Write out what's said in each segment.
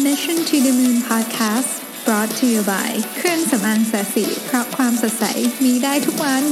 Mission to the Moon Podcast brought to you by เครื่องสำอางแสสีเพราะความสดใสมีได้ทุกวัน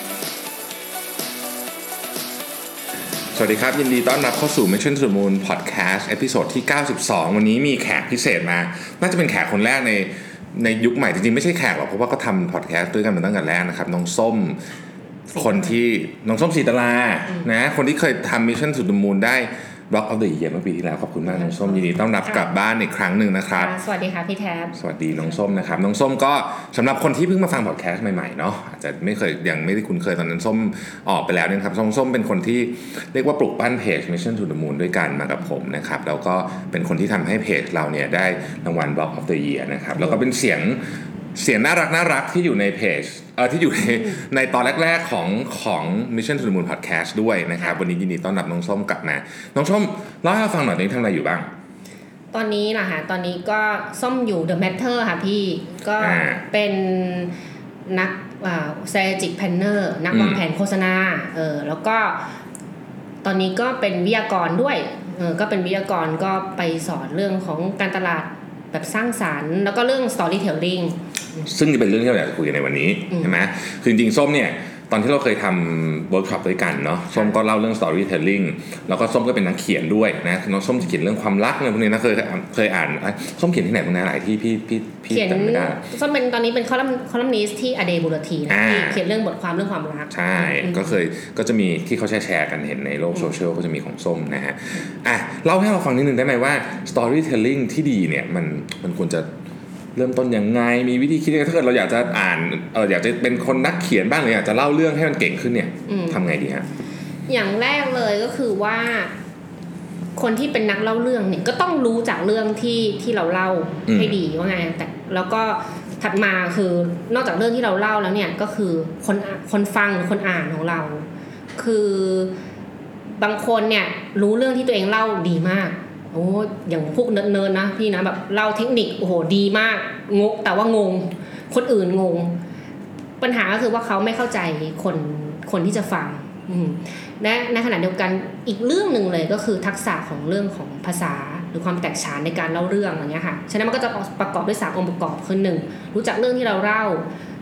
สวัสดีครับยินดีต้อนรับเข้าสู่ Mission to the Moon Podcast เอพิโซดที่92วันนี้มีแขกพิเศษมาน่าจะเป็นแขกคนแรกในยุคใหม่จริงๆไม่ใช่แขกหรอกเพราะว่าก็ทำพอดแคสต์ด้วยกันมาตั้งแต่แรกนะครับน้องส้มน้องส้มสีตลานะคนที่เคยทำ Mission to the Moon ได้ Block of the Year เมื่อปีที่แล้วขอบคุณมากน้องส้มยินดีต้อนรับกลับบ้านอีกครั้งหนึ่งนะครับสวัสดีค่ะพี่แท็บสวัสดีน้องส้มนะครับน้องส้มก็สำหรับคนที่เพิ่งมาฟังพอดแคสต์ใหม่ๆเนาะอาจจะยังไม่ได้คุ้นเคยตอนนั้นส้มออกไปแล้วเนี่ยครับส้มเป็นคนที่เรียกว่าปลุกปั้นเพจ Mission to the Moon ด้วยกันมากับผมนะครับแล้วก็เป็นคนที่ทำให้เพจเราเนี่ยได้รางวัล Block of the Year นะครับแล้วก็เป็นเสียงน่ารักที่อยู่ในเพจที่อยู่ในตอนแรกๆของ Mission to the Moon Podcast ด้วยนะครับวันนี้ยินดีต้อนรับน้องส้มกลับมาน้องส้มเล่าให้ฟังหน่อยตอนนี้ทำอะไรอยู่บ้างตอนนี้ล่ะค่ะตอนนี้ก็ส้มอยู่ The Matter ค่ะพี่ก็เป็นนักstrategic planner นักวางแผนโฆษณาแล้วก็ตอนนี้ก็เป็นวิทยากรด้วยก็เป็นวิทยากรก็ไปสอนเรื่องของการตลาดแบบสร้างสรรค์แล้วก็เรื่อง storytelling ซึ่งจะเป็นเรื่องที่เราอยากจะคุยกันในวันนี้ใช่ไหมคือจริงๆส้มเนี่ยตอนที่เราเคยทำเวิร์กช็อปด้วยกันเนาะส้มก็เล่าเรื่อง storytelling แล้วก็ส้มก็เป็นนักเขียนด้วยนะน้องส้มจะเขียนเรื่องความรักอะไรพวกนี้นะเคยอ่านส้มเขียนที่ไหนบ้างนะหลายที่พี่จำไม่ได้ส้มเป็นตอนนี้เป็นคอลัมนิสต์ที่ A Day บุรธีนะที่เขียนเรื่องบทความเรื่องความรักใช่ก็จะมีที่เขาแชร์กันเห็นในโลกโซเชียลก็จะมีของส้มนะฮะเล่าให้เราฟังนิดนึงได้ไหมว่า storytelling ที่ดีเนี่ยมันควรจะเริ่มต้นยังไงมีวิธีคิดยังไงถ้าเกิดเราอยากจะอ่านอยากจะเป็นคนนักเขียนบ้างหรืออยากจะเล่าเรื่องให้มันเก่งขึ้นเนี่ยทำไงดีฮะอย่างแรกเลยก็คือว่าคนที่เป็นนักเล่าเรื่องเนี่ยก็ต้องรู้จากเรื่องที่เราเล่าให้ดีว่าไงแต่แล้วก็ถัดมาคือนอกจากเรื่องที่เราเล่าแล้วเนี่ยก็คือคนฟังคนอ่านของเราคือบางคนเนี่ยรู้เรื่องที่ตัวเองเล่าดีมากโอ้อย่างพวกเนิร์ดๆนะพี่นะแบบเล่าเทคนิคโอ้โหดีมากแต่ว่างงคนอื่นงงปัญหาก็คือว่าเขาไม่เข้าใจคนที่จะฟังและในขณะเดียวกันอีกเรื่องนึงเลยก็คือทักษะของเรื่องของภาษาหรือความแตกฉานในการเล่าเรื่องอย่างเงี้ยค่ะฉะนั้นมันก็จะประกอบด้วย3องค์ประกอบคือ1รู้จักเรื่องที่เราเล่า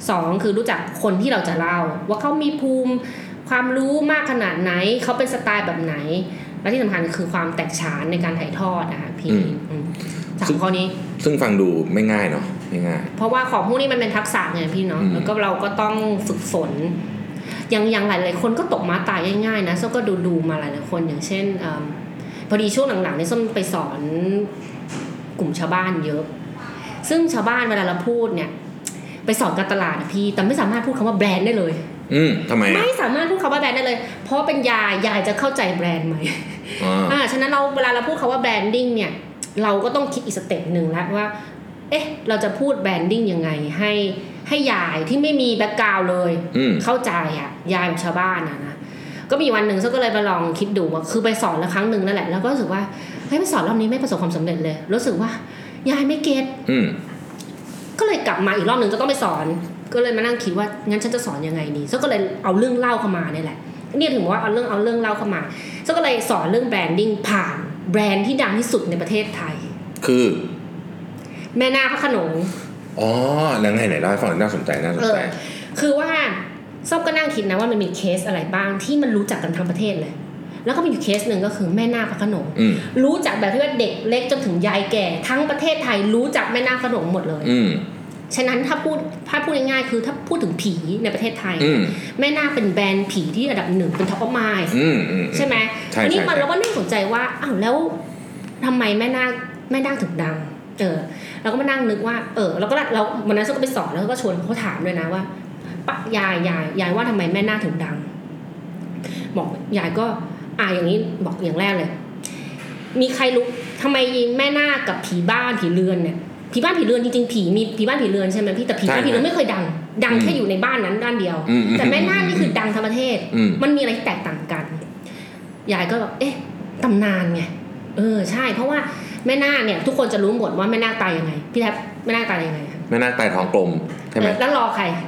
2คือรู้จักคนที่เราจะเล่าว่าเขามีภูมิความรู้มากขนาดไหนเขาเป็นสไตล์แบบไหนและที่สำคัญคือความแตกฉานในการถ่ายทอดนะคะพี่3ข้อนี้ซึ่งฟังดูไม่ง่ายเนาะไม่ง่ายเพราะว่าของพวกนี้มันเป็นทักษะไงพี่เนาะแล้วก็เราก็ต้องฝึกฝนอย่างหลายๆคนก็ตกม้าตายง่ายๆนะส้มก็ดูมาหลายๆคนอย่างเช่นพอดีช่วงหลังๆนี่ส้มไปสอนกลุ่มชาวบ้านเยอะซึ่งชาวบ้านเวลาเราพูดเนี่ยไปสอนการตลาดนะพี่แต่ไม่สามารถพูดคำว่าแบรนด์ได้เลยทำไมไม่สามารถพูดคำว่าแบรนด์ได้เลยเพราะเป็นยายจะเข้าใจแบรนด์ไหมฉะนั้นเวลาเราพูดคำว่าแบรนดิ้งเนี่ยเราก็ต้องคิดอีกสเต็ปนึงแล้วว่าเราจะพูดแบรนดิ้งยังไงให้ยายที่ไม่มีแบ็คกราวด์เลยเข้าใจยายแบบชาวบ้านนะก็มีวันหนึ่งก็เลยมาลองคิดดูว่าคือไปสอนแล้วครั้งนึงนั่นแหละแล้วก็รู้สึกว่าไปสอนรอบนี้ไม่ประสบความสำเร็จเลยรู้สึกว่ายายไม่เก็ตก็เลยกลับมาอีกรอบนึงจะต้องไปสอนก็เลยมานั่งคิดว่างั้นฉันจะสอนยังไงดีก็เลยเอาเรื่องเล่าเข้ามานี่แหละนี่ถึงว่าเอาเรื่องเล่าเข้ามาก็เลยสอนเรื่องแบรนดิ้งผ่านแบรนด์ที่ดังที่สุดในประเทศไทยคือแม่นาคพระโขนงแล้วไงไหนเล่าให้ฟังน่าสนใจคือว่าส้มก็นั่งคิดนะว่ามันมีเคสอะไรบ้างที่มันรู้จักกันทั้งประเทศเลยแล้วก็มีอยู่เคสนึงก็คือแม่นาคพระโขนงรู้จักแบบที่ว่าเด็กเล็กจนถึงยายแก่ทั้งประเทศไทยรู้จักแม่นาคพระโขนงหมดเลยฉะนั้นถ้าพูดง่ายๆคือถ้าพูดถึงผีในประเทศไทยแม่นาคเป็นแบรนด์ผีที่อันดับ1เป็นท็อปออฟมายด์ใช่ไหมอันนี้เราก็น่าสนใจว่าอ้าวแล้วทำไมแม่นาคถึงดังเราก็มานั่งนึกว่าแล้วก็เราวันนั้นก็ไปสอนแล้วก็ชวนเขาถามด้วยนะว่าป้ายายว่าทำไมแม่นาคถึงดังบอกยายก็อย่างนี้บอกอย่างแรกเลยมีใครรู้ทำไมแม่นาคกับผีบ้านผีเรือนเนี่ยผีบ้านผีเรือนจริงๆผีมีผีบ้านผีเรือนใช่ไหมพี่แต่ผีบ้านผีเรือนไม่เคยดังแค่อยู่ในบ้านนั้นด้านเดียวแต่แม่นาคนี่คือดังทั้งประเทศมันมีอะไรแตกต่างกันยายก็แบบตำนานไงใช่เพราะว่าแม่นาคเนี่ยทุกคนจะรู้หมดว่าแม่นาคตายยังไงพี่แทบแม่นาคตายยังไงแม่นาคตายท้องกลมใช่ไหมแล้วรอใคร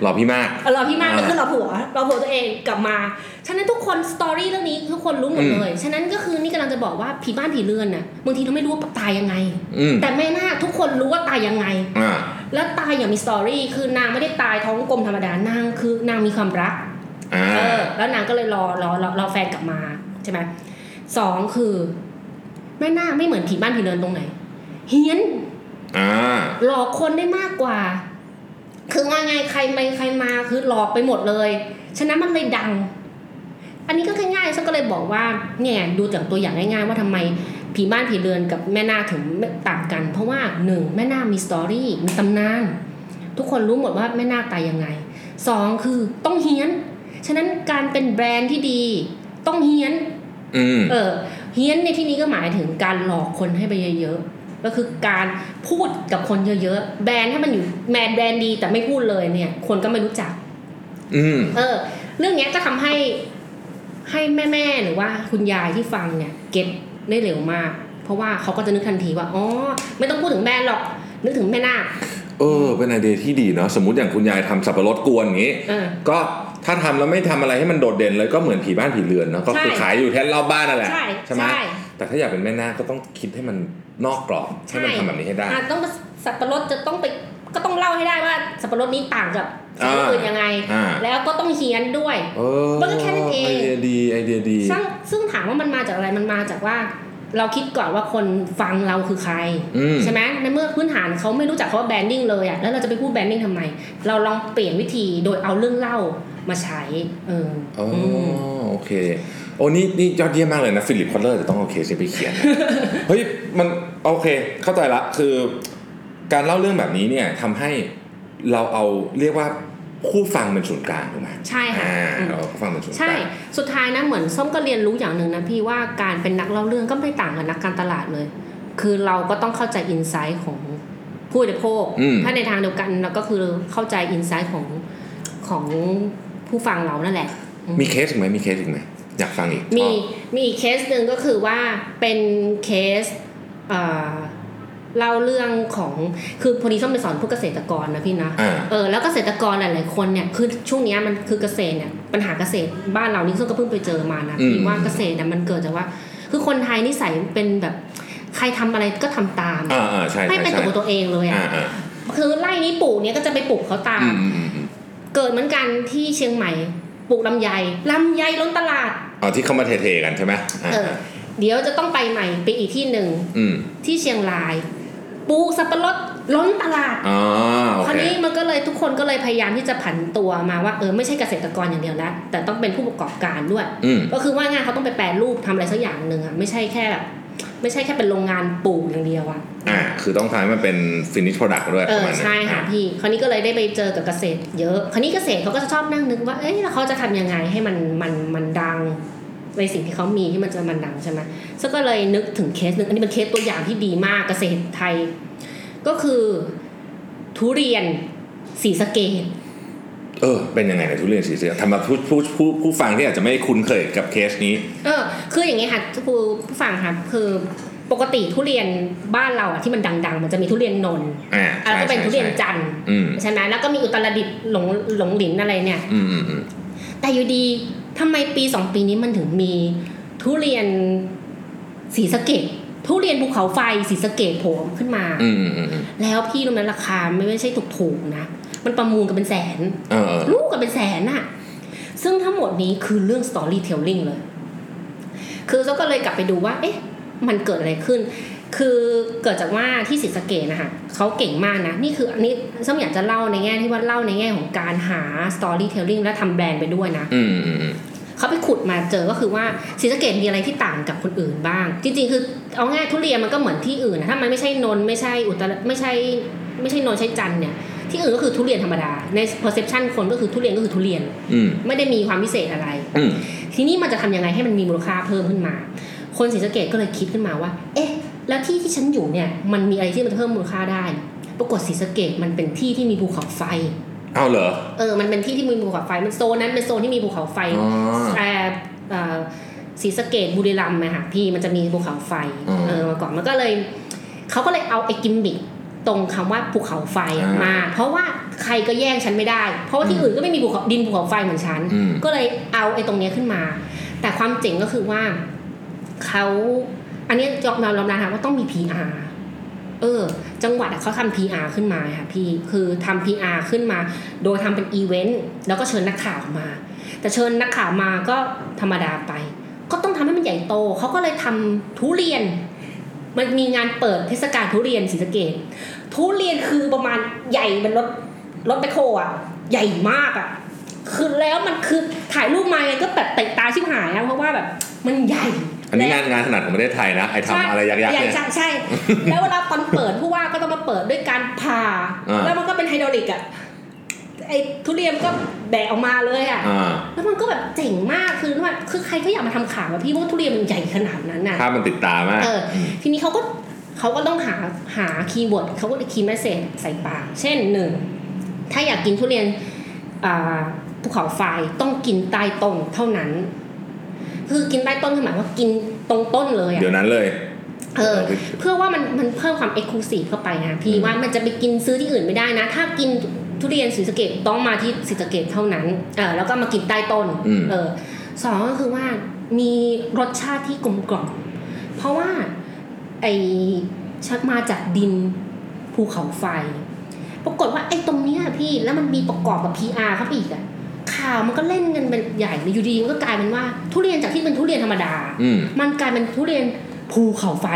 หล่อพี่มากหล่อพี่มากก็คือหล่อผัวตัวเองกลับมาฉะนั้นทุกคนสตอรี่เรื่องนี้ทุกคนรู้หมดเลยฉะนั้นก็คือนี่กำลังจะบอกว่าผีบ้านผีเรือนน่ะบางทีเราไม่รู้ว่าตายยังไงแต่แม่นาคทุกคนรู้ว่าตายยังไงแล้วตายอย่างมีสตอรี่คือนางไม่ได้ตายท้องกลมธรรมดานางคือนางมีความรักแล้วนางก็เลยรอแฟนกลับมาใช่ไหมสองคือแม่นาคไม่เหมือนผีบ้านผีเรือนตรงไหนเฮี้ยนหลอกคนได้มากกว่าคือว่าไงใครมาคือหลอกไปหมดเลยฉะนั้นมันเลยดังอันนี้ก็ง่ายๆฉันก็เลยบอกว่าเนี่ยดูจากตัวอย่างง่ายๆว่าทำไมผีบ้านผีเรือนกับแม่นาคถึงต่างกันเพราะว่า1แม่นาคมีสตอรี่มีตำนานทุกคนรู้หมดว่าแม่นาคตายยังไง2คือต้องเฮี้ยนฉะนั้นการเป็นแบรนด์ที่ดีต้องเฮี้ยนเฮี้ยนในที่นี้ก็หมายถึงการหลอกคนให้ไปเยอะๆก็คือการพูดกับคนเยอะๆแบรนด์ถ้ามันอยู่แบรนด์ดีแต่ไม่พูดเลยเนี่ยคนก็ไม่รู้จักเรื่องนี้ก็ทำให้แม่หรือว่าคุณยายที่ฟังเนี่ยเก็ตได้เร็วมากเพราะว่าเขาก็จะนึกทันทีว่าอ๋อไม่ต้องพูดถึงแบรนด์หรอกนึกถึงแม่นาคเป็นไอเดียที่ดีเนาะสมมุติอย่างคุณยายทำสับปะรดกวนอย่างนี้ก็ถ้าทำแล้วไม่ทำอะไรให้มันโดดเด่นเลยก็เหมือนผีบ้านผีเรือนเนาะก็คือขายอยู่แค่รอบบ้านนั่นแหละใช่ไหมแต่ถ้าอยากเป็นแม่นาคก็ต้องคิดให้มันนอกกรอบให้มันทำแบบนี้ให้ได้ต้องสับปะรดจะต้องไปก็ต้องเล่าให้ได้ว่าสับปะรดนี้ต่างกับสับปะรดอื่นยังไงแล้วก็ต้องเฮี้ยนด้วยมันก็แค่นั้นเองไอเดียดีซึ่งถามว่ามันมาจากอะไรมันมาจากว่าเราคิดก่อนว่าคนฟังเราคือใครใช่ไหมในเมื่อพื้นฐานเขาไม่รู้จักเขาว่าแบรนดิ้งเลยอ่ะแล้วเราจะไปพูดแบรนดิ้งทำไมเราลองเปลี่ยนวิธีโดยเอาเรื่องเล่ามาใช้โอเคโอ้นี่ยอดเยี่ยมมากเลยนะฟิลิปพอตเลอร์จะต้องเอาเคสไปเขียน เฮ้ยมันโอเคเข้าใจละคือการเล่าเรื่องแบบนี้เนี่ยทำให้เราเอาเรียกว่าผู้ฟังเป็นศูนย์กลางถูกไหมใช่ค่ะเราฟังเป็นศูนย์กลางใช่สุดท้ายนะเหมือนส้มก็เรียนรู้อย่างหนึ่งนะพี่ว่าการเป็นนักเล่าเรื่องก็ไม่ต่างกับนักการตลาดเลยคือเราก็ต้องเข้าใจอินไซต์ของผู้บริโภคถ้าในทางเดียวกันเราก็คือเข้าใจอินไซต์ของผู้ฟังเรานั่นแหละมีเคสอีกไหมอยากฟังอีกมีอีกเคสนึงก็คือว่าเป็นเคสเล่าเรื่องของคือพอดีส้มไปสอนผู้เกษตรกรนะพี่นะแล้วเกษตรกรหลายๆคนเนี่ยคือช่วงนี้มันคือเกษตรเนี่ยปัญหาเกษตรบ้านเรานี่ส้มก็เพิ่งไปเจอมานะพี่ว่าเกษตรเนี่ยมันเกิดจากว่าคือคนไทยนิสัยเป็นแบบใครทำอะไรก็ทำตามไม่เป็นตัวเองเลยอ่ะคือไร่นี้ปลูกเนี่ยก็จะไปปลูกเขาตามเกิดเหมือนกันที่เชียงใหม่ปลูกลำไยล้นตลาดที่เขามาเทๆกันใช่ไหมเดี๋ยวจะต้องไปใหม่ไปอีกที่หนึ่งที่เชียงรายปลูกสับปะรดล้นตลาดคราวนี้มันก็เลยทุกคนก็เลยพยายามที่จะผันตัวมาว่าไม่ใช่เกษตรกรอย่างเดียวแล้วแต่ต้องเป็นผู้ประกอบการด้วยก็คือว่างานเขาต้องไปแปรรูปทำอะไรสักอย่างนึงอ่ะไม่ใช่แค่เป็นโรงงานปลูกอย่างเดียวอ่ะคือต้องทำให้มันเป็น finish product ด้วยประมาณนั้นใช่ค่ะพี่คราวนี้ก็เลยได้ไปเจอกับเกษตรเยอะคราวนี้เกษตรเขาก็จะชอบนั่งนึกว่าแล้วเขาจะทำยังไงให้มันดังในสิ่งที่เขามีที่มันจะมันดังใช่ไหมซึ่งก็เลยนึกถึงเคสนึงอันนี้เป็นเคสตัวอย่างที่ดีมากเกษตรไทยก็คือทุเรียนศรีสะเกษเป็นยังไงในทุเรียนศรีสะเกษทำมาผู้ฟังที่อาจจะไม่คุ้นเคยกับเคสนี้คืออย่างงี้ค่ะผู้ฟังค่ะคือปกติทุเรียนบ้านเราอ่ะที่มันดังๆมันจะมีทุเรียนนนท์แล้วก็เป็นทุเรียนจันทร์ใช่ไหมแล้วก็มีอุตรดิตถ์หลงหลินอะไรเนี่ยแต่อยู่ดีทำไมปี2ปีนี้มันถึงมีทุเรียนศรีสะเกษทุเรียนภูเขาไฟศรีสะเกษโผล่ขึ้นมาแล้วพี่รู้ไหมราคาไม่ใช่ถูกๆนะมันประมูลกันเป็นแสนลูกกันเป็นแสนน่ะซึ่งทั้งหมดนี้คือเรื่อง storytelling เลยคือเราก็เลยกลับไปดูว่ามันเกิดอะไรขึ้นคือเกิดจากว่าที่ศรีสะเกษนะคะเขาเก่งมากนะนี่คืออันนี้ส้มอยากจะเล่าในแง่ที่ว่าเล่าในแง่ของการหา storytelling และทำแบรนด์ไปด้วยนะเขาไปขุดมาเจอก็คือว่าศรีสะเกษมีอะไรที่ต่างกับคนอื่นบ้างจริงๆคือเอาง่ายทุเรียนมันก็เหมือนที่อื่นนะถ้ามันไม่ใช่นนท์ไม่ใช่อุตรไม่ใช่นนท์ใช่จันทร์เนี่ยที่อื่นก็คือทุเรียนธรรมดาใน perception คนก็คือทุเรียนก็คือทุเรียนไม่ได้มีความพิเศษอะไรทีนี้มันจะทำยังไงให้มันมีมูลค่าเพิ่มขึ้นมาคนศรีสะเกษก็เลยคิดขึ้นมาว่าแล้วที่ฉันอยู่เนี่ยมันมีอะไรที่มันจะเพิ่มมูลค่าได้ปรากฏศรีสะเกษมันเป็นที่ที่มีภูเขาไฟเอาเหรอมันเป็นที่ที่มีภูเขาไฟมันโซนนั้นเป็นโซนที่มีภูเขาไฟศรีสะเกษบุรีรัมย์ค่ะพี่มันจะมีภูเขาไฟมาก่อนมันก็เลยเขาก็เลยเอาไอ้กิมมิคตรงคำว่าภูเขาไฟมาเพราะว่าใครก็แย่งฉันไม่ได้เพราะว่าที่อื่นก็ไม่มีภูเขาไฟเหมือนฉันก็เลยเอาไอ้ตรงนี้ขึ้นมาแต่ความเจ๋งก็คือว่าเขาอันนี้ยอมรับนะคะว่าต้องมี PR จังหวัดเขาทำ PR ขึ้นมาค่ะพี่คือทำ PR ขึ้นมาโดยทำเป็นอีเวนต์แล้วก็เชิญนักข่าวมาแต่เชิญนักข่าวมาก็ธรรมดาไปก็ต้องทำให้มันใหญ่โตเขาก็เลยทำทุเรียนมันมีงานเปิดเทศกาลทุเรียนศรีสะเกษทุเรียนคือประมาณใหญ่เป็นรถแมคโครอ่ะใหญ่มากอ่ะคือแล้วมันคือถ่ายรูปมาไงก็แบบเตะตาชิบหายนะเพราะว่าแบบมันใหญ่อันนี้งานถนัดของประเทศไทยนะไอ้ทำอะไรยากๆเนี่ยใช่แล้วเวลาตอนเปิดผู้ว่าก็ต้องมาเปิดด้วยการผ่าแล้วมันก็เป็นไฮดรอลิกอ่ะไอ้ทุเรียนก็แบกออกมาเลยอ่ะแล้วมันก็แบบเจ๋งมากคือใครก็อยากมาทำข่าวพี่ว่าทุเรียนมันใหญ่ขนาดนั้นน่ะภาพมันติดตามากทีนี้เขาก็ต้องหาคีย์เวิร์ดเขาก็คีย์เมสเสจใส่ปากเช่น1ถ้าอยากกินทุเรียนภูเขาไฟต้องกินใต้ต้นเท่านั้นคือกินใต้ต้นหมายว่ากินตรงต้นเลยอ่ะเดี๋ยวนั้นเลยเพื่อว่ามันเพิ่มความเอ็กซ์คลูซีฟเข้าไปนะพี่ว่ามันจะไปกินซื้อที่อื่นไม่ได้นะถ้ากินทุเรียนศรีสะเกษต้องมาที่ศรีสะเกษเท่านั้นแล้วก็มากินใต้ต้นสองก็คือว่ามีรสชาติที่กลมกล่อมเพราะว่าไอ้ชักมาจากดินภูเขาไฟปรากฏว่าไอ้ตรงเนี้ยพี่แล้วมันมีประกอบกับ PR เข้าไปอีกอ่ะข่าวมันก็เล่นกันเป็นใหญ่เลยอยู่ดีมันก็กลายเป็นว่าทุเรียนจากที่เป็นทุเรียนธรรมดามันกลายเป็นทุเรียนภูเขาไฟ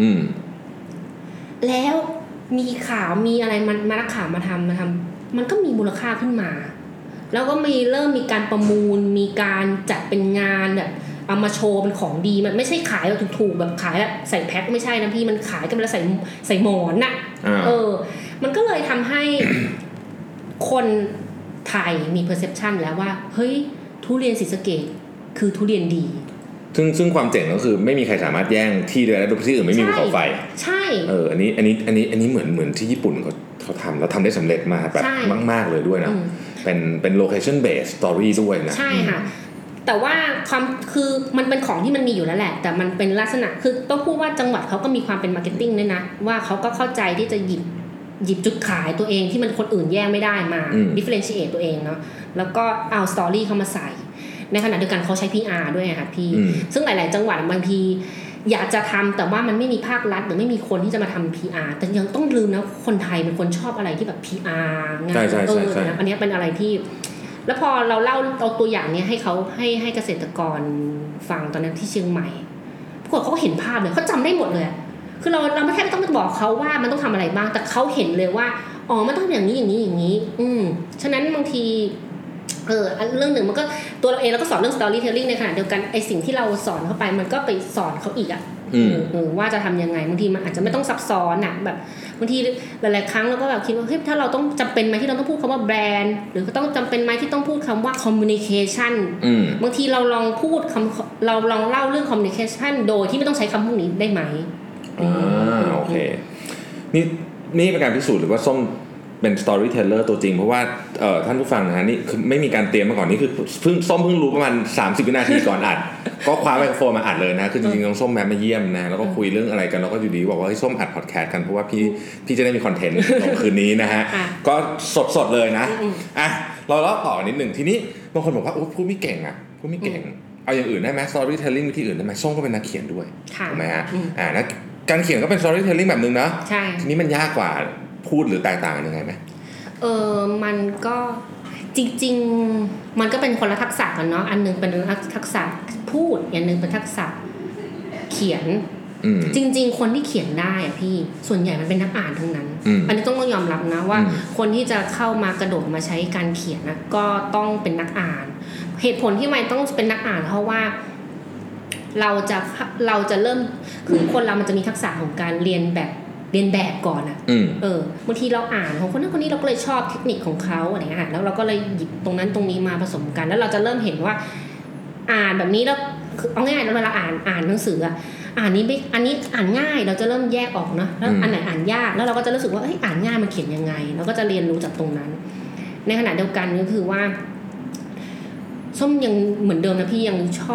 แล้วมีข่าวมีอะไรมันมานักข่าวมาทำมันก็มีมูลค่าขึ้นมาแล้วก็เริ่มมีการประมูลมีการจัดเป็นงานแบบเอามาโชว์เป็นของดีมันไม่ใช่ขายแบบถูกๆแบบขายแบบใส่แพ็คไม่ใช่นะพี่มันขายกันแล้วใส่หมอนน่ะมันก็เลยทำให้ คนไทยมี perception แล้วว่าเฮ้ยทุเรียนศรีสะเกษคือทุเรียนดีซึ่งความเจ๋งก็คือไม่มีใครสามารถแย่งที่ได้แล้วที่อื่นไม่มีภูเขาไฟใช่อันนี้เหมือนที่ญี่ปุ่นเขาทำแล้วทำได้สำเร็จมากแบบมากๆเลยด้วยนะเป็น location based story ด้วยนะใช่ค่ะแต่ว่าความคือมันเป็นของที่มันมีอยู่แล้วแหละแต่มันเป็นลักษณะคือต้องพูดว่าจังหวัดเขาก็มีความเป็นมาร์เก็ตติ้งด้วยนะว่าเขาก็เข้าใจที่จะหยิบจุดขายตัวเองที่มันคนอื่นแย่งไม่ได้มา differentiate ตัวเองเนาะแล้วก็เอาสตอรี่เข้ามาใส่ในขณะเดียวกันเขาใช้ PR ด้วยค่ะพี่ซึ่งหลายๆจังหวัดบางทีอยากจะทำแต่ว่ามันไม่มีภาครัฐหรือไม่มีคนที่จะมาทำ PR แต่ยังต้องลืมนะคนไทยเป็นคนชอบอะไรที่แบบ PR งานอันนี้เป็นอะไรที่แล้วพอเราเล่าเอาตัวอย่างนี้ให้เขาให้เกษตรกรฟังตอนนั้นที่เชียงใหม่ปรากฏเขาก็เห็นภาพเลยเขาจำได้หมดเลยคือเราไม่แค่ต้องบอกเขาว่ามันต้องทำอะไรบ้างแต่เขาเห็นเลยว่าอ๋อมันต้องอย่างนี้ฉะนั้นบางทีเรื่องหนึ่งมันก็ตัวเราเองเราก็สอนเรื่อง storytelling ในขณะเดียวกันไอสิ่งที่เราสอนเข้าไปมันก็ไปสอนเขาอีกว่าจะทำยังไงบางทีมันอาจจะไม่ต้องซับซ้อนแบบบางทีหลายๆครั้งเราก็แบบคิดว่าเฮ้ยถ้าเราต้องจำเป็นไหมที่เราต้องพูดคำว่าแบรนด์หรือต้องจำเป็นไหมที่ต้องพูดคำว่า communication บางทีเราลองพูดเราลองเล่าเรื่อง communication โดยที่ไม่ต้องใช้คำพวกนี้ได้ไหมโอเคนี่เป็นการพิสูจน์หรือว่าส้มเป็น storyteller ตัวจริงเพราะว่าท่านผู้ฟังนะฮะนี่คือไม่มีการเตรียมมาก่อนนี่คือเพิ่งรู้ประมาณ30วินาทีก่อนอัดก็คว้าไมโครโฟนมาอัดเลยนะคือจริงๆน้องส้มแม่มาเยี่ยมนะแล้วก็คุยเรื่องอะไรกันแล้วก็อยู่ดีบอกว่าให้ส้มอัดพอดแคสต์กันเพราะว่าพี่จะได้มีคอนเทนต์ของคืนนี้นะฮะก็สดเลยนะเราเล่าต่อนิดนึงทีนี้บางคนบอกว่าพูดไม่เก่งพูดไม่เก่งเอาอย่างอื่นได้ไหม storytelling วิธีอื่นได้ไหมส้มก็เป็นนักเขียนด้วยถูกไหมฮะนะการเขียนก็เป็น storytelling แบบนึงนะทีนี้มันยากกว่าพูดหรือแตกต่างกันยังไงไหมมันก็จริงๆมันก็เป็นคนละทักษะกันเนาะอันนึงเป็นทักษะพูดอย่างนึงเป็นทักษะเขียนจริงๆคนที่เขียนได้อะพี่ส่วนใหญ่มันเป็นนักอ่านทั้งนั้นอันนี้ต้องยอมรับนะว่าคนที่จะเข้ามากระโดดมาใช้การเขียนนะก็ต้องเป็นนักอ่านเหตุผลที่ไม่ต้องเป็นนักอ่านเพราะว่าเราจะเริ่มคือคนเรามันจะมีทักษะของการเรียนแบบก่อนบางทีเราอ่านของคนนั้นคนนี้เราก็เลยชอบเทคนิคของเขาอะไรเงี้ยแล้วเราก็เลยหยิบตรงนั้นตรงนี้มาผสมกันแล้วเราจะเริ่มเห็นว่าอ่านแบบนี้แล้วเอาง่ายๆแล้วเวลาอ่านหนังสืออันนี้อ่านง่ายเราจะเริ่มแยกออกเนาะแล้วอันไหนอ่านยากแล้วเราก็จะรู้สึกว่าอ่านง่ายมันเขียนยังไงเราก็จะเรียนรู้จากตรงนั้นในขณะเดียวกันก็คือว่าส้มยังเหมือนเดิมนะพี่ยังชอบ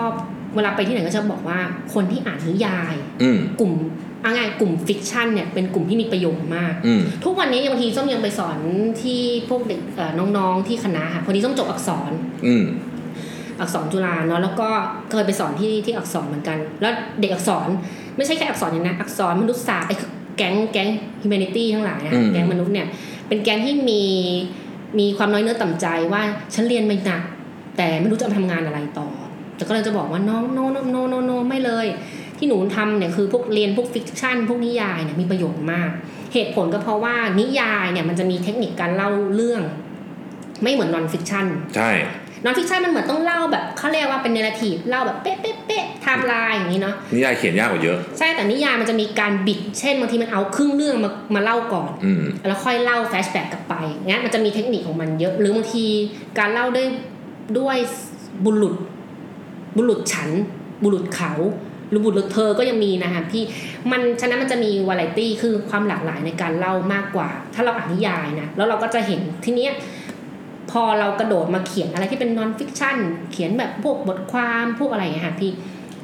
เวลาไปที่ไหนก็จะบอกว่าคนที่อ่านนิยายกลุ่มกลุ่มฟิกชันเนี่ยเป็นกลุ่มที่มีประโยชน์มากทุกวันนี้บางทีส้มยังไปสอนที่พวกเด็กน้องๆที่คณะค่ะพอดีส้มจบอักษรจุฬาเนาะแล้วก็เคยไปสอนที่อักษรเหมือนกันแล้วเด็กอักษรไม่ใช่แค่อักษรอย่างนั้นอักษรมนุษยศาสตร์แก๊ง humanity ทั้งหลายนะแก๊งมนุษย์เนี่ยเป็นแก๊งที่มีความน้อยเนื้อต่ำใจว่าฉันเรียนไม่หนักแต่ไม่รู้จะทำงานอะไรต่อแต่ก็เลยจะบอกว่าน้องโนไม่เลยที่หนูทำเนี่ยคือพวกเรียนพวกฟิกชันพวกนิยายเนี่ยมีประโยชน์มากเหตุผลก็เพราะว่านิยายเนี่ยมันจะมีเทคนิคการเล่าเรื่องไม่เหมือนนอนฟิกชันใช่นอนฟิกชันมันเหมือนต้องเล่าแบบเขาเรียกว่าเป็นเนเรทีฟเล่าแบบเป๊ะไทม์ไลน์อย่างนี้เนาะนิยายเขียนยากกว่าเยอะใช่แต่นิยายมันจะมีการบิดเช่นบางทีมันเอาครึ่งเรื่องมาเล่าก่อนแล้วค่อยเล่าแฟลชแบ็กกลับไปงั้นมันจะมีเทคนิคของมันเยอะหรือบางทีการเล่าด้วยบุรุษฉันบุรุษเขาหรือบุรุษเธอก็ยังมีนะคะพี่มันฉะนั้นมันจะมีวาไรตี้คือความหลากหลายในการเล่ามากกว่าถ้าเราอ่านนิยายนะแล้วเราก็จะเห็นทีเนี้ยพอเรากระโดดมาเขียนอะไรที่เป็นนอนฟิกชันเขียนแบบพวกบทความพวกอะไรอย่างเงี้ยค่ะพี่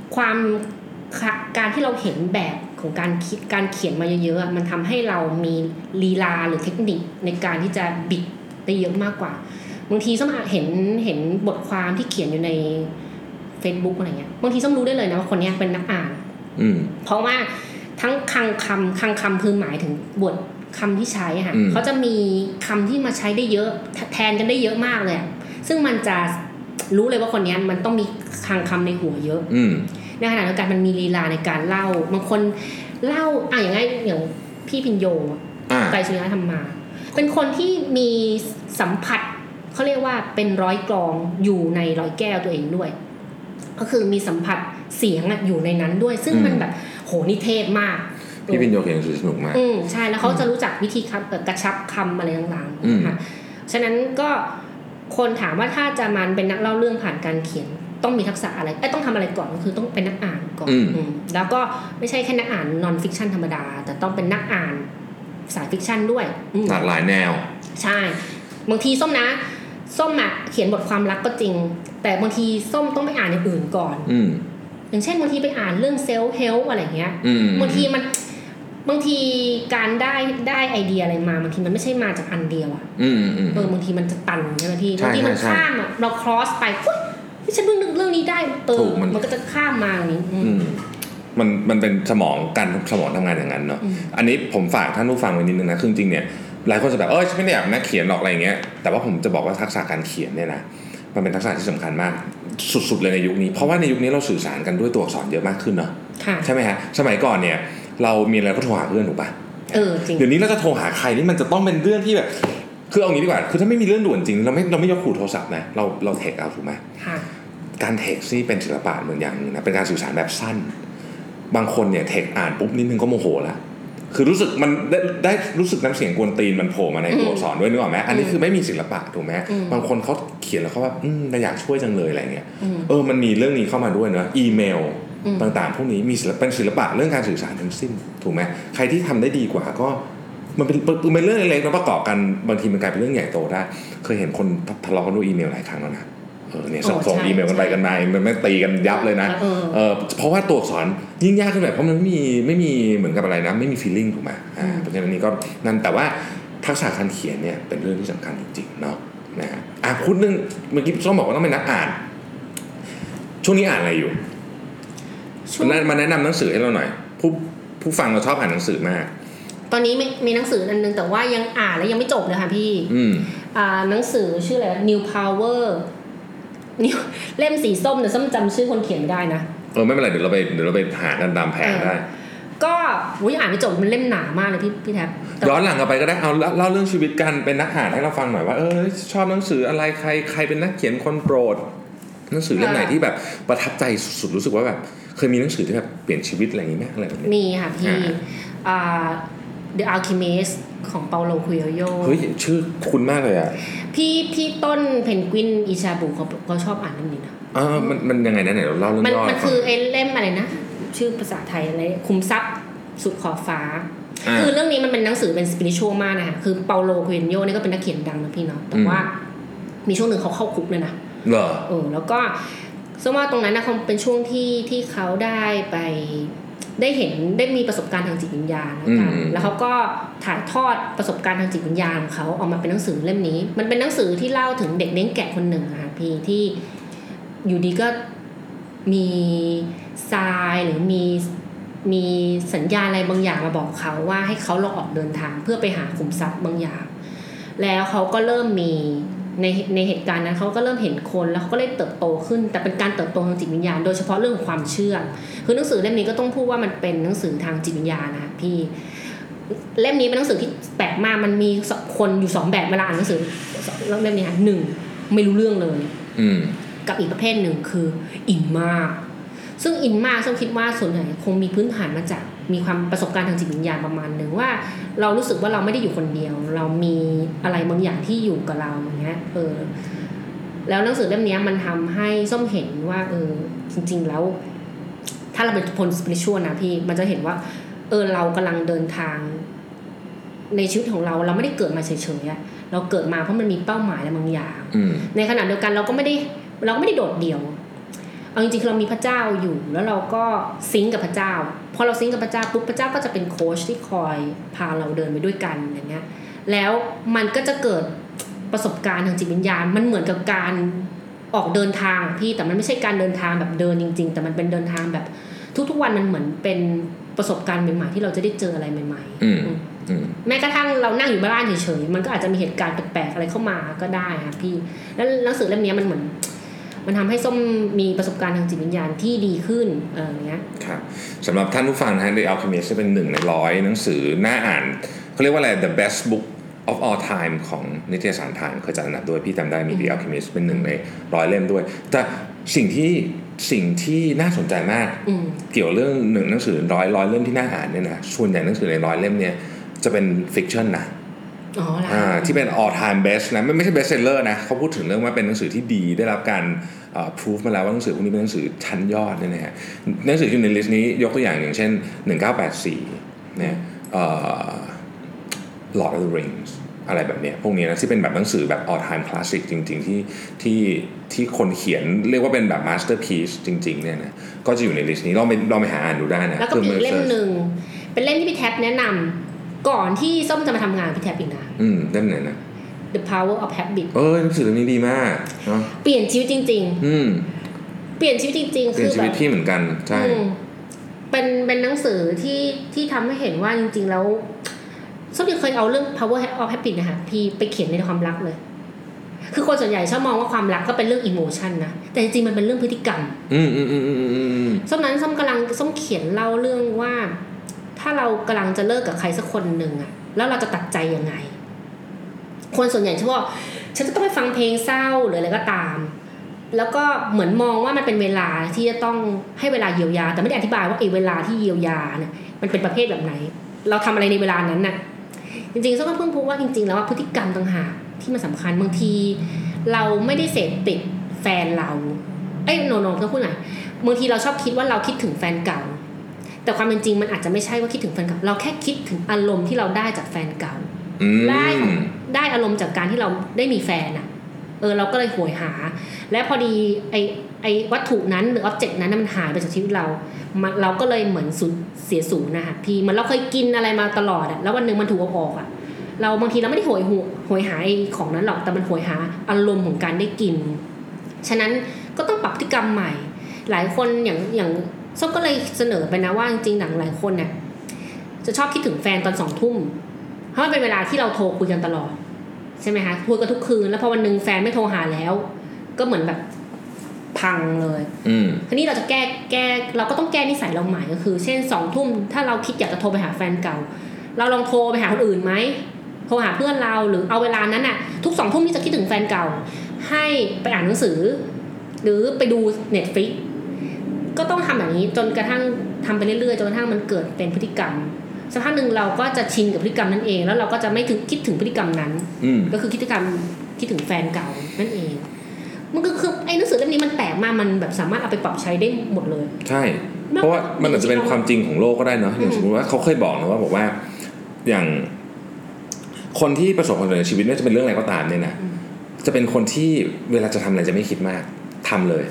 การที่เราเห็นแบบของการเขียนมาเยอะๆมันทำให้เรามีลีลาหรือเทคนิคในการที่จะบิดได้เยอะมากกว่าบางทีส้มเห็นบทความที่เขียนอยู่ในFacebook อะไรเงี้ยบางทีส้มรู้ได้เลยนะว่าคนนี้เป็นนักอ่านเพราะว่าทั้งคังคำคือหมายถึงบทคำที่ใช้ค่ะเขาจะมีคำที่มาใช้ได้เยอะแทนกันได้เยอะมากเลยซึ่งมันจะรู้เลยว่าคนนี้มันต้องมีคังคำในหัวเยอะในขณะเดียวกันมันมีลีลาในการเล่าบางคนเล่าอย่างพี่พิญโยไกรสุริยะธรรมาเป็นคนที่มีสัมผัสเขาเรียกว่าเป็นร้อยกลองอยู่ในร้อยแก้วตัวเองด้วยก็คือมีสัมผัสเสียงอยู่ในนั้นด้วยซึ่งมันแบบโหนิเทศมากพี่พิญโยเขียนหนังสือสนุกมากใช่แล้วเขาจะรู้จักวิธีกระชับคำอะไรต่างๆนะคะฉะนั้นก็คนถามว่าถ้าจะมันเป็นนักเล่าเรื่องผ่านการเขียนต้องมีทักษะอะไรต้องทำอะไรก่อนก็คือต้องเป็นนักอ่านก่อนแล้วก็ไม่ใช่แค่นักอ่านนอนฟิกชันธรรมดาแต่ต้องเป็นนักอ่านสายฟิกชันด้วยหลากหลายแนวใช่บางทีส้มเขียนบทความรักก็จริงแต่บางทีส้มต้องไปอ่านอย่างอื่นก่อนอย่างเช่นบางทีไปอ่านเรื่องเซลฟ์เฮลป์อะไรเงี้ยบางทีการได้ไอเดียอะไรมาบางทีมันไม่ใช่มาจากอันเดียวบางทีมันจะตันใช่ไหมพี่บางทีมันข้ามเราครอสไปปุ๊บฉันเพิ่งนึกเรื่องนี้ได้มันก็จะข้ามมาอย่างนี้มันเป็นสมองทำงานอย่างนั้นเนาะอันนี้ผมฝากท่านผู้ฟังไว้นิดนึงนะคือจริงเนี่ยหลายคนจะแบบฉันไม่ได้อยากนักเขียนหรอกอะไรเงี้ยแต่ว่าผมจะบอกว่าทักษะการเขียนเนี่ยนะมันเป็นทักษะที่สำคัญมากสุดๆเลยในยุคนี้เพราะว่าในยุคนี้เราสื่อสารกันด้วยตัวอักษรเยอะมากขึ้นเนาะใช่ไหมฮะสมัยก่อนเนี่ยเรามีอะไรก็โทรหาเพื่อนถูกป่ะจริงเดี๋ยวนี้เราจะโทรหาใครนี่มันจะต้องเป็นเรื่องที่แบบคือเอางี้ดีกว่าคือถ้าไม่มีเรื่องด่วนจริงเราไม่ยกหูโทรศัพท์นะเราเทคเอาถูกไหมการเทคนี่เป็นศิลปะเหมือนอย่างนึงนะเป็นการสื่อสารแบบสั้นบางคนเนี่ยเทคอ่านปุ๊บนิดนึงก็โมโหแล้วคือรู้สึกมันได้รู้สึกน้ำเสียงกวนตีนมันโผล่มาในตัวอักษรด้วยนึกออกไหมอันนี้คือไม่มีศิลปะถูกไหมบางคนเขาเขียนแล้วเขาว่าเราอยากช่วยจังเลยอะไรเงี้ยมันมีเรื่องนี้เข้ามาด้วยเนอะอีเมลต่างๆพวกนี้มีเป็นศิลปะเรื่องการสื่อสารทั้งสิ้นถูกไหมใครที่ทำได้ดีกว่าก็มันเป็นเรื่องเล็กๆแล้วประกอบกันบางทีมันกลายเป็นเรื่องใหญ่โตได้เคยเห็นคนทะเลาะกันด้วยอีเมลหลายครั้งแล้วนะเนี่ยส่งอีเมลกันไปกันมามันไม่ตีกันยับเลยนะเพราะว่าตัวอักษรยิ่งยากขึ้นแบบเพราะมันไม่มีเหมือนกับอะไรนะไม่มี feeling ถูกไหมเพราะฉะนั้นนี่ก็นั่นแต่ว่าทักษะการเขียนเนี่ยเป็นเรื่องที่สำคัญจริงๆเนาะนะฮะพูดเรื่องเมื่อกี้ต้องบอกว่าต้องเป็นนักอ่านช่วงนี้อ่านอะไรอยู่มาแนะนำหนังสือให้เราหน่อยผู้ฟังเราชอบอ่านหนังสือมากตอนนี้มีหนังสืออันนึงแต่ว่ายังอ่านแล้วยังไม่จบเลยค่ะพี่หนังสือชื่ออะไร New Powerเล่มสีส้มแต่ส้มจำชื่อคนเขียนไม่ได้นะไม่เป็นไรเดี๋ยวเราไปหากันตามแผนได้ก็อ่านไม่จบมันเล่มหนามากเลยพี่แท็บย้อนหลังกลับไปก็ได้เอาเล่าเรื่องชีวิตกันเป็นนักอ่านให้เราฟังหน่อยว่าชอบหนังสืออะไรใครเป็นนักเขียนคนโปรดหนังสือเล่มไหนที่แบบประทับใจสุดรู้สึกว่าแบบเคยมีหนังสือที่แบบเปลี่ยนชีวิตอะไรอย่างนี้ไหมอะไรแบบนี้มีค่ะพี่The Alchemist ของเปาโล คุยโยเฮ้ยชื่อคุ้นมากเลยอ่ะพี่ต้นเพนกวินอิชาบุเขาชอบอ่านเรื่องนี้นะมันยังไงนะไหนเราเล่าเรื่องย่อมันคือไอ้เล่มอะไรนะชื่อภาษาไทยอะไรคุมทรัพย์สุดขอบฟ้าคือเรื่องนี้มันเป็นหนังสือเป็นสปิริชวลมากนะคะคือเปาโล คุยโยนี่ก็เป็นนักเขียนดังนะพี่เนาะแต่ว่ามีช่วงนึงเขาเข้าคุกเลยนะเหรอแล้วก็ซึ่งว่าตรงนั้นนะคงเป็นช่วงที่เขาได้เห็นได้มีประสบการณ์ทางจิตวิญญาณกันแล้วเขาก็ถ่ายทอดประสบการณ์ทางจิตวิญญาณของเขาออกมาเป็นหนังสือเล่มนี้มันเป็นหนังสือที่เล่าถึงเด็กเลี้ยงแกะคนหนึ่งค่ะพี่ที่อยู่ดีก็มีทรายหรือมีสัญญาณอะไรบางอย่างมาบอกเขาว่าให้เขาลองออกเดินทางเพื่อไปหาขุมทรัพย์บางอย่างแล้วเขาก็เริ่มมีในเหตุการณ์นั้นเขาก็เริ่มเห็นคนแล้วเขาก็เลยเติบโตขึ้นแต่เป็นการเติบโตทางจิตวิญญาณโดยเฉพาะเรื่องของความเชื่อคือหนังสือเล่มนี้ก็ต้องพูดว่ามันเป็นหนังสือทางจิตวิญญาณนะพี่เล่มนี้เป็นหนังสือที่แปลกมากมันมีคนอยู่2แบบเวลาอ่านหนังสือเล่มนี้ค่ะ1ไม่รู้เรื่องเลยกับอีกประเภทหนึ่งคืออินมากซึ่งอินมากซึ่งคิดว่าส่วนใหญ่คงมีพื้นฐานมาจากมีความประสบการณ์ทางจิตวิญญาณประมาณนึงว่าเรารู้สึกว่าเราไม่ได้อยู่คนเดียวเรามีอะไรบางอย่างที่อยู่กับเราอย่างเงี้ยแล้วหนังสือเล่มนี้มันทำให้ส้มเห็นว่าจริงๆแล้วถ้าเราเป็นคนสปิริชวลนะพี่มันจะเห็นว่าเรากำลังเดินทางในชีวิตของเราไม่ได้เกิดมาเฉยๆเราเกิดมาเพราะมันมีเป้าหมายอะไรบางอย่างในขณะเดียวกันเราก็ไม่ได้โดดเดี่ยวเอาจริงๆเรามีพระเจ้าอยู่แล้วเราก็ซิงค์กับพระเจ้าพอเราซิงค์กับพระเจ้าปุ๊บพระเจ้าก็จะเป็นโค้ชที่คอยพาเราเดินไปด้วยกันอย่างเงี้ยแล้วมันก็จะเกิดประสบการณ์ทางจิตวิญญาณมันเหมือนกับการออกเดินทางพี่แต่มันไม่ใช่การเดินทางแบบเดินจริงๆแต่มันเป็นเดินทางแบบทุกๆวันมันเหมือนเป็นประสบการณ์ใหม่ๆที่เราจะได้เจออะไรใหม่ๆแม้กระทั่งเรานั่งอยู่บ้านเฉยๆมันก็อาจจะมีเหตุการณ์แปลกๆอะไรเข้ามาก็ได้ค่ะพี่แล้วหนังสือเล่มนี้มันทำให้ส้มมีประสบการณ์ทางจิตวิญญาณที่ดีขึ้นอย่างเงี้ยครับสำหรับท่านผู้ฟังนะฮะ The Alchemist จะเป็น1ใน100หนังสือน่าอ่านเขาเรียกว่าอะไร The best book of all time ของนิตยสาร Time เคยจัดอันดับด้วยพี่จำได้มี The Alchemist เป็น1ใน100เล่มด้วยแต่สิ่งที่น่าสนใจมากเกี่ยวเรื่องหนังสือ100เล่มที่น่าอ่านเนี่ยนะส่วนใหญ่หนังสือใน100เล่มเนี่ยจะเป็นฟิกชันนะที่เป็น all time best นะไม่ใช่ best seller นะเขาพูดถึงเรื่องว่าเป็นหนังสือที่ดีได้รับการproof มาแล้วว่าหนังสือพวกนี้เป็นหนังสือชั้นยอดเนี่ยนะฮะหนังสืออยู่ในลิสต์นี้ยกตัวอย่างเช่น1984เนี่ยLord of the Rings อะไรแบบเนี้ยพวกนี้นะที่เป็นแบบหนังสือแบบ all time classic จริงๆที่คนเขียนเรียกว่าเป็นแบบ masterpiece จริงๆเนี่ยนะก็จะอยู่ในลิสต์นี้ลองไปหาอ่านดูได้นะแล้วก็อีกเล่มนึงเป็นเล่มที่พี่แท็บแนะนำก่อนที่ส้มจะมาทำงานพี่แท็บอีกนะเล่มไหนนะ The Power of Habit หนังสือเล่มนี้ดีมากเนาะเปลี่ยนชีวิตจริงๆเปลี่ยนชีวิตจริงๆคือแบบเปลี่ยนชีวิตพี่เหมือนกันใช่เป็นหนังสือที่ทำให้เห็นว่าจริงๆแล้วส้มยังเคยเอาเรื่อง Power of Habit นะคะพี่ไปเขียนในความรักเลยคือคนส่วนใหญ่ชอบมองว่าความรักก็เป็นเรื่อง emotion นะแต่จริงๆมันเป็นเรื่องพฤติกรรมส้มเขียนเล่าเรื่องว่าถ้าเรากำลังจะเลิกกับใครสักคนหนึ่งอะแล้วเราจะตัดใจยังไงคนส่วนใหญ่ชอบว่าฉันจะต้องไปฟังเพลงเศร้าหรืออะไรก็ตามแล้วก็เหมือนมองว่ามันเป็นเวลาที่จะต้องให้เวลาเยียวยาแต่ไม่ได้อธิบายว่าเวลาที่เยียวยาเนี่ยมันเป็นประเภทแบบไหนเราทำอะไรในเวลานั้นน่ะจริงๆส้มก็เพิ่งพบว่าจริงๆแล้วว่าพฤติกรรมต่างหากที่มันสำคัญบางทีเราไม่ได้เสพติดแฟนเราโนต้องพูดหน่อยบางทีเราชอบคิดว่าเราคิดถึงแฟนเก่าแต่ความเป็นจริงมันอาจจะไม่ใช่ว่าคิดถึงแฟนเก่าเราแค่คิดถึงอารมณ์ที่เราได้จากแฟนเก่าได้อารมณ์จากการที่เราได้มีแฟนอ่ะเราก็เลยโหยหาและพอดีไอ้วัตถุนั้นหรืออ็อบเจกต์นั้นมันหายไปจากชีวิตเราก็เลยเหมือนเสียสูญนะคะพี่มันเราเคยกินอะไรมาตลอดอ่ะแล้ววันนึงมันถูกเอาออกอ่ะเราบางทีเราไม่ได้โหยหาของนั้นหรอกแต่มันโหยหาอารมณ์ของการได้กินฉะนั้นก็ต้องปรับพฤติกรรมใหม่หลายคนอย่างส้มก็เลยเสนอไปนะว่าจริงๆหลายคนเนี่ยจะชอบคิดถึงแฟนตอน 20:00 นเพราะมันเป็นเวลาที่เราโทรคุยกันตลอดใช่ไหมคะคุยกันทุกคืนแล้วพอวันนึงแฟนไม่โทรหาแล้วก็เหมือนแบบพังเลยทีนี้เราจะแก้เราก็ต้องแก้นิสัยเราใหม่ก็คือเช่น 20:00 นถ้าเราคิดอยากจะโทรไปหาแฟนเก่าเราลองโทรไปหาคนอื่นไหมโทรหาเพื่อนเราหรือเอาเวลานั้นน่ะทุก 20:00 นที่จะคิดถึงแฟนเก่าให้ไปอ่านหนังสือหรือไปดู Netflixก็ต้องทำแบบนี้จนกระทั่งทำไปเรื่อยๆจนกระทั่งมันเกิดเป็นพฤติกรรมสักพักหนึ่งเราก็จะชินกับพฤติกรรมนั้นเองแล้วเราก็จะไม่คิดถึงพฤติกรรมนั้นก็คือคิดถึงแฟนเก่านั่นเองมันก็คือไอ้หนังสือเล่มนี้มันแปลกมากมันแบบสามารถเอาไปปรับใช้ได้หมดเลยใช่เพราะว่ามันอาจจะเป็นความจริงของโลกก็ได้เนาะอย่างสมมติว่าเขาเคยบอกนะว่าบอกว่าอย่างคนที่ประสบความสำเร็จในชีวิตไม่ว่าจะเป็นเรื่องอะไรก็ตามเนี่ยนะจะเป็นคนที่เวลาจะทำอะไรจะไม่คิดมากทำเลย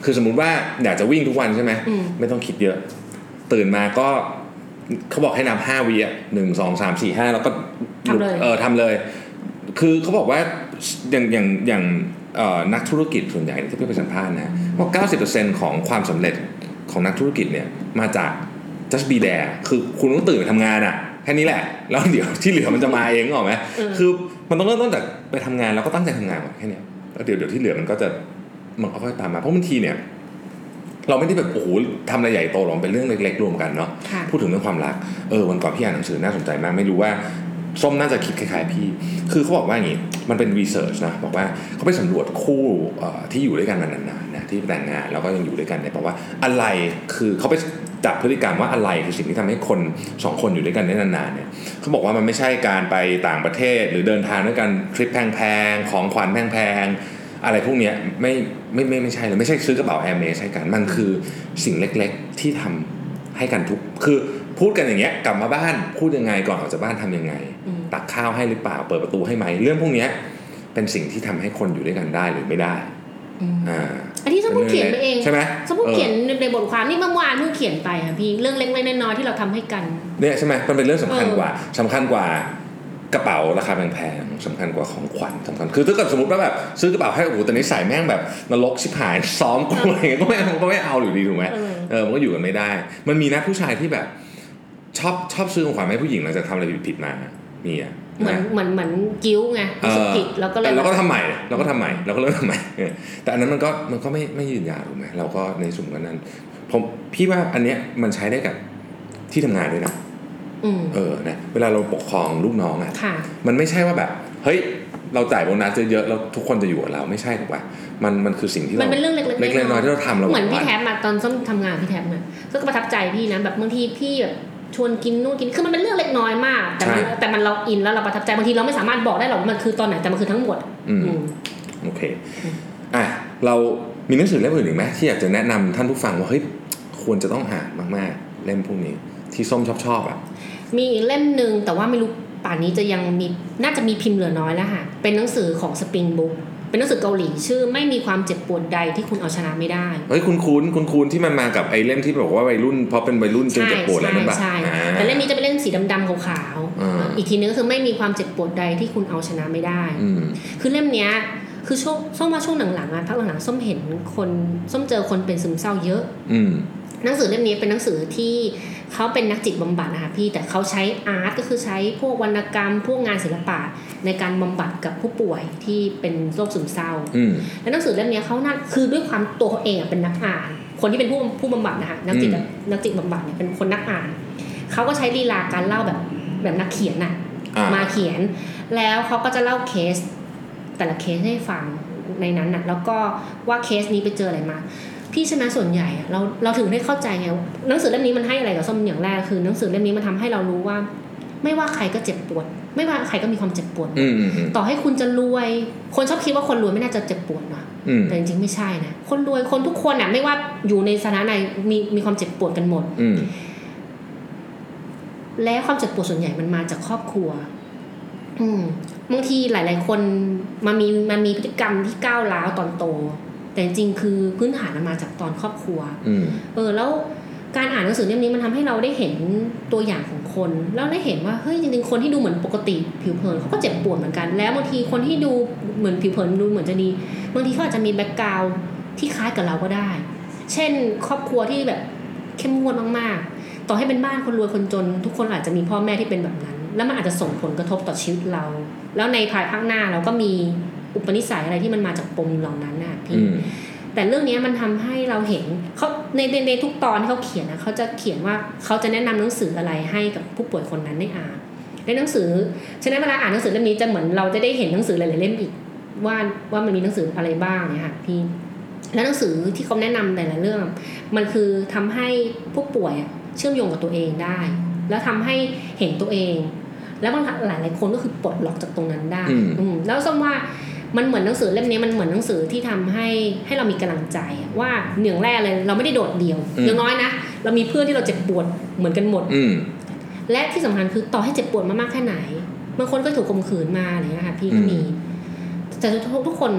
คือสมมุติว่าอยากจะวิ่งทุกวันใช่ไหมไม่ต้องคิดเยอะตื่นมาก็เขาบอกให้นับ5 วิอ่ะ1 2 3 4 5แล้วก็ทำเลยคือเขาบอกว่าอย่างนักธุรกิจส่วนใหญ่ที่พี่ไปสัมภาษณ์นะว่า 90% ของความสำเร็จของนักธุรกิจเนี่ยมาจาก just be there คือคุณต้องตื่นไปทำงานอ่ะแค่นี้แหละแล้วเดี๋ยวที่เหลือมันจะมาเองหรอไหมคือมันต้องเริ่มต้นจากไปทำงานแล้วก็ตั้งใจทำงานก่อนแค่นี้แล้วเดี๋ยวที่เหลือมันก็ค่อยตามมาเพราะบางทีเนี่ยเราไม่ได้แบบโอ้โหทำอะไรใหญ่โตหรอกเป็นเรื่องเล็กๆรวมกันเนาะพูดถึงเรื่องความรักวันก่อนพี่อ่านหนังสือน่าสนใจมากไม่รู้ว่าส้มน่าจะคิดคล้ายๆพี่คือเขาบอกว่าอย่างนี้มันเป็นรีเสิร์ชนะบอกว่าเขาไปสำรวจคู่ที่อยู่ด้วยกันมานานๆนะที่แต่งงานแล้วก็ยังอยู่ด้วยกันเนี่ยบอกว่าอะไรคือเขาไปจับพฤติกรรมว่าอะไรคือสิ่งที่ทำให้คน2คนอยู่ด้วยกันได้นานๆเนี่ยเขาบอกว่ามันไม่ใช่การไปต่างประเทศหรือเดินทางด้วยกันทริปแพงๆของขวัญแพงๆอะไรพวกนี้ไม่ใช่เลยไม่ใช่ซื้อกระเป๋า Hermes ให้กันมันคือสิ่งเล็กๆที่ทำให้กันทุกคือพูดกันอย่างเงี้ยกลับมาบ้านพูดยังไงก่อนออกจากบ้านทำยังไงตักข้าวให้หรือเปล่าเปิดประตูให้ไหมเรื่องพวกนี้เป็นสิ่งที่ทำให้คนอยู่ด้วยกันได้หรือไม่ได้อันนี้สมมุติเขียนไปเองใช่ไหมสมมุติเขียนในบทความนี่เมื่อวานเพิ่งเขียนไปค่ะพี่เรื่องเล็กๆน้อยๆที่เราทำให้กันเนี่ยใช่ไหมมันเป็นเรื่องสำคัญกว่ากระเป๋าราคาแพงๆสำคัญกว่าของขวัญสำคัญคือถ้าเกิดสมมติว่าแบบซื้อกระเป๋าให้โอ้โหแต่นี้ใส่แม่งแบบนรกชิบหายซ้อมกูอะไรเงี้ยก็ไม่เอาอยู่ดีถูกไหมมันก็อยู่กันไม่ได้มันมีนะผู้ชายที่แบบชอบซื้อของขวัญให้ผู้หญิงหลังจากทำอะไรผิดมามีอ่ะเหมือนกิ้วไงรู้สึกผิดแล้วก็เลยเราก็ทำใหม่เราก็เริ่มทำใหม่แต่อันนั้นมันก็ไม่ยืนยาวถูกไหมเราก็ในสุ่มกันนั้นพี่ว่าอันเนี้ยมันใช้ได้กับที่ทำงานด้วยนะนะเวลาเราปกครองลูกน้องอ่ะมันไม่ใช่ว่าแบบเฮ้ยเราจ่ายโบนัสเยอะๆแล้วทุกคนจะอยู่กับเราไม่ใช่ถูกป่ะมันคือสิ่งที่เรามันเป็นเรื่องเล็กๆน้อยๆที่เราทำเหมือนพี่แท็บมาตอนส้มทำงานพี่แท็บมาก็ประทับใจพี่นะแบบบางทีพี่แบบชวนกินนู่นกินคือมันเป็นเรื่องเล็กน้อยมากแต่มันเราอินแล้วเราประทับใจบางทีเราไม่สามารถบอกได้หรอกว่ามันคือตอนไหนแต่มันคือทั้งหมดโอเคเรามีหนังสือเล่มอื่นอีกไหมที่อยากจะแนะนำท่านผู้ฟังว่าเฮ้ยควรจะต้องอ่านมากๆเล่มพวกนี้ที่ส้มชอบอ่ะมีอีกเล่มนึงแต่ว่าไม่รู้ป่านนี้จะยังมีน่าจะมีพิมพ์เหลือน้อยแล้วค่ะเป็นหนังสือของ Spring Book เป็นหนังสือเกาหลีชื่อไม่มีความเจ็บปวดใดที่คุณเอาชนะไม่ได้เฮ้ยคุณที่มันมากับไอ้เล่มที่บอกว่าวัยรุ่นเพราะเป็นวัยรุ่นจึงเจ็บปวดอะไรนั่นป่ะใช่แต่เล่มนี้จะเป็นเล่มสีดำๆขาวๆอีกทีนึงก็คือไม่มีความเจ็บปวดใดที่คุณเอาชนะไม่ได้คือเล่มเนี้ยคือส้มว่าช่วงหลังๆพักหลังๆส้มเห็นคนส้มเจอคนเป็นซึมเศร้าเยอะหนังสือเล่มนี้เป็นหนังสือที่เขาเป็นนักจิตบำบัดนะคะพี่แต่เขาใช้อาร์ตก็คือใช้พวกวรรณกรรมพวกงานศิลปะในการบำบัดกับผู้ป่วยที่เป็นโรคซึมเศร้าและหนังสือเล่มนี้เขาคือด้วยความตัวเขาเองเป็นนักอ่านคนที่เป็นผู้บำบัดนะคะนักจิตบำบัดเนี่ยเป็นคนนักอ่านเขาก็ใช้ลีลาการเล่าแบบนักเขียนน่ะมาเขียนแล้วเขาก็จะเล่าเคสแต่ละเคสให้ฟังในนั้นน่ะแล้วก็ว่าเคสนี้ไปเจออะไรมาพี่ชนะส่วนใหญ่เราถึงได้เข้าใจไงหนังสือเล่มนี้มันให้อะไรกับส้มอย่างแรกคือหนังสือเล่มนี้มันทำให้เรารู้ว่าไม่ว่าใครก็เจ็บปวดไม่ว่าใครก็มีความเจ็บปวดต่อให้คุณจะรวยคนชอบคิดว่าคนรวยไม่น่าจะเจ็บปวดนะแต่จริงๆไม่ใช่นะคนรวยคนทุกคนน่ะไม่ว่าอยู่ในสถานะไหนมีความเจ็บปวดกันหมดและความเจ็บปวดส่วนใหญ่มันมาจากครอบครัวบางทีหลายๆคนมามีพฤติกรรมที่ก้าวร้าวตอนโตแต่จริงๆคือพื้นฐานมันมาจากตอนครอบครัวแล้วการอ่านหนังสือเล่มนี้มันทำให้เราได้เห็นตัวอย่างของคนแล้วได้เห็นว่าเฮ้ยจริงๆคนที่ดูเหมือนปกติผิวเผินเขาก็เจ็บปวดเหมือนกันแล้วบางทีคนที่ดูเหมือนผิวเผินดูเหมือนจะดีบางทีเขาอาจจะมีแบ็คกราวด์ที่คล้ายกับเราก็ได้เช่นครอบครัวที่แบบเข้มงวดมากๆต่อให้เป็นบ้านคนรวยคนจนทุกคนอาจจะมีพ่อแม่ที่เป็นแบบนั้นแล้วมันอาจจะส่งผลกระทบต่อชีวิตเราแล้วในภายภาคหน้าเราก็มีอุปนิสัยอะไรที่มันมาจากปมเหล่านั้นน่ะพี่แต่เรื่องนี้มันทำให้เราเห็นเขาในทุกตอนที่เขาเขียนนะเขาจะเขียนว่าเขาจะแนะนำหนังสืออะไรให้กับผู้ป่วยคนนั้นได้อ่านในหนังสือฉะนั้นเวลาอ่านหนังสือเล่มนี้จะเหมือนเราจะได้เห็นหนังสือหลายๆเล่มอีกว่ามันมีหนังสืออะไรบ้างเนี่ยค่ะพี่แล้วหนังสือที่เขาแนะนำแต่ละเรื่องมันคือทำให้ผู้ป่วยเชื่อมโยงกับตัวเองได้แล้วทำให้เห็นตัวเองแล้วบางหลายคนก็คือปลดล็อกจากตรงนั้นได้แล้วส้มว่ามันเหมือนหนังสือเล่มนี้มันเหมือนหนังสือที่ทำให้เรามีกำลังใจว่าหนึ่งแรกเลยเราไม่ได้โดดเดี่ยวอย่างน้อยนะเรามีเพื่อนที่เราเจ็บปวดเหมือนกันหมดและที่สำคัญคือต่อให้เจ็บปวดมากแค่ไหนบางคนก็ถูกข่มขืนมาอะไรอย่างเงี้ยค่ะพี่ก็มีแต่ทุกคน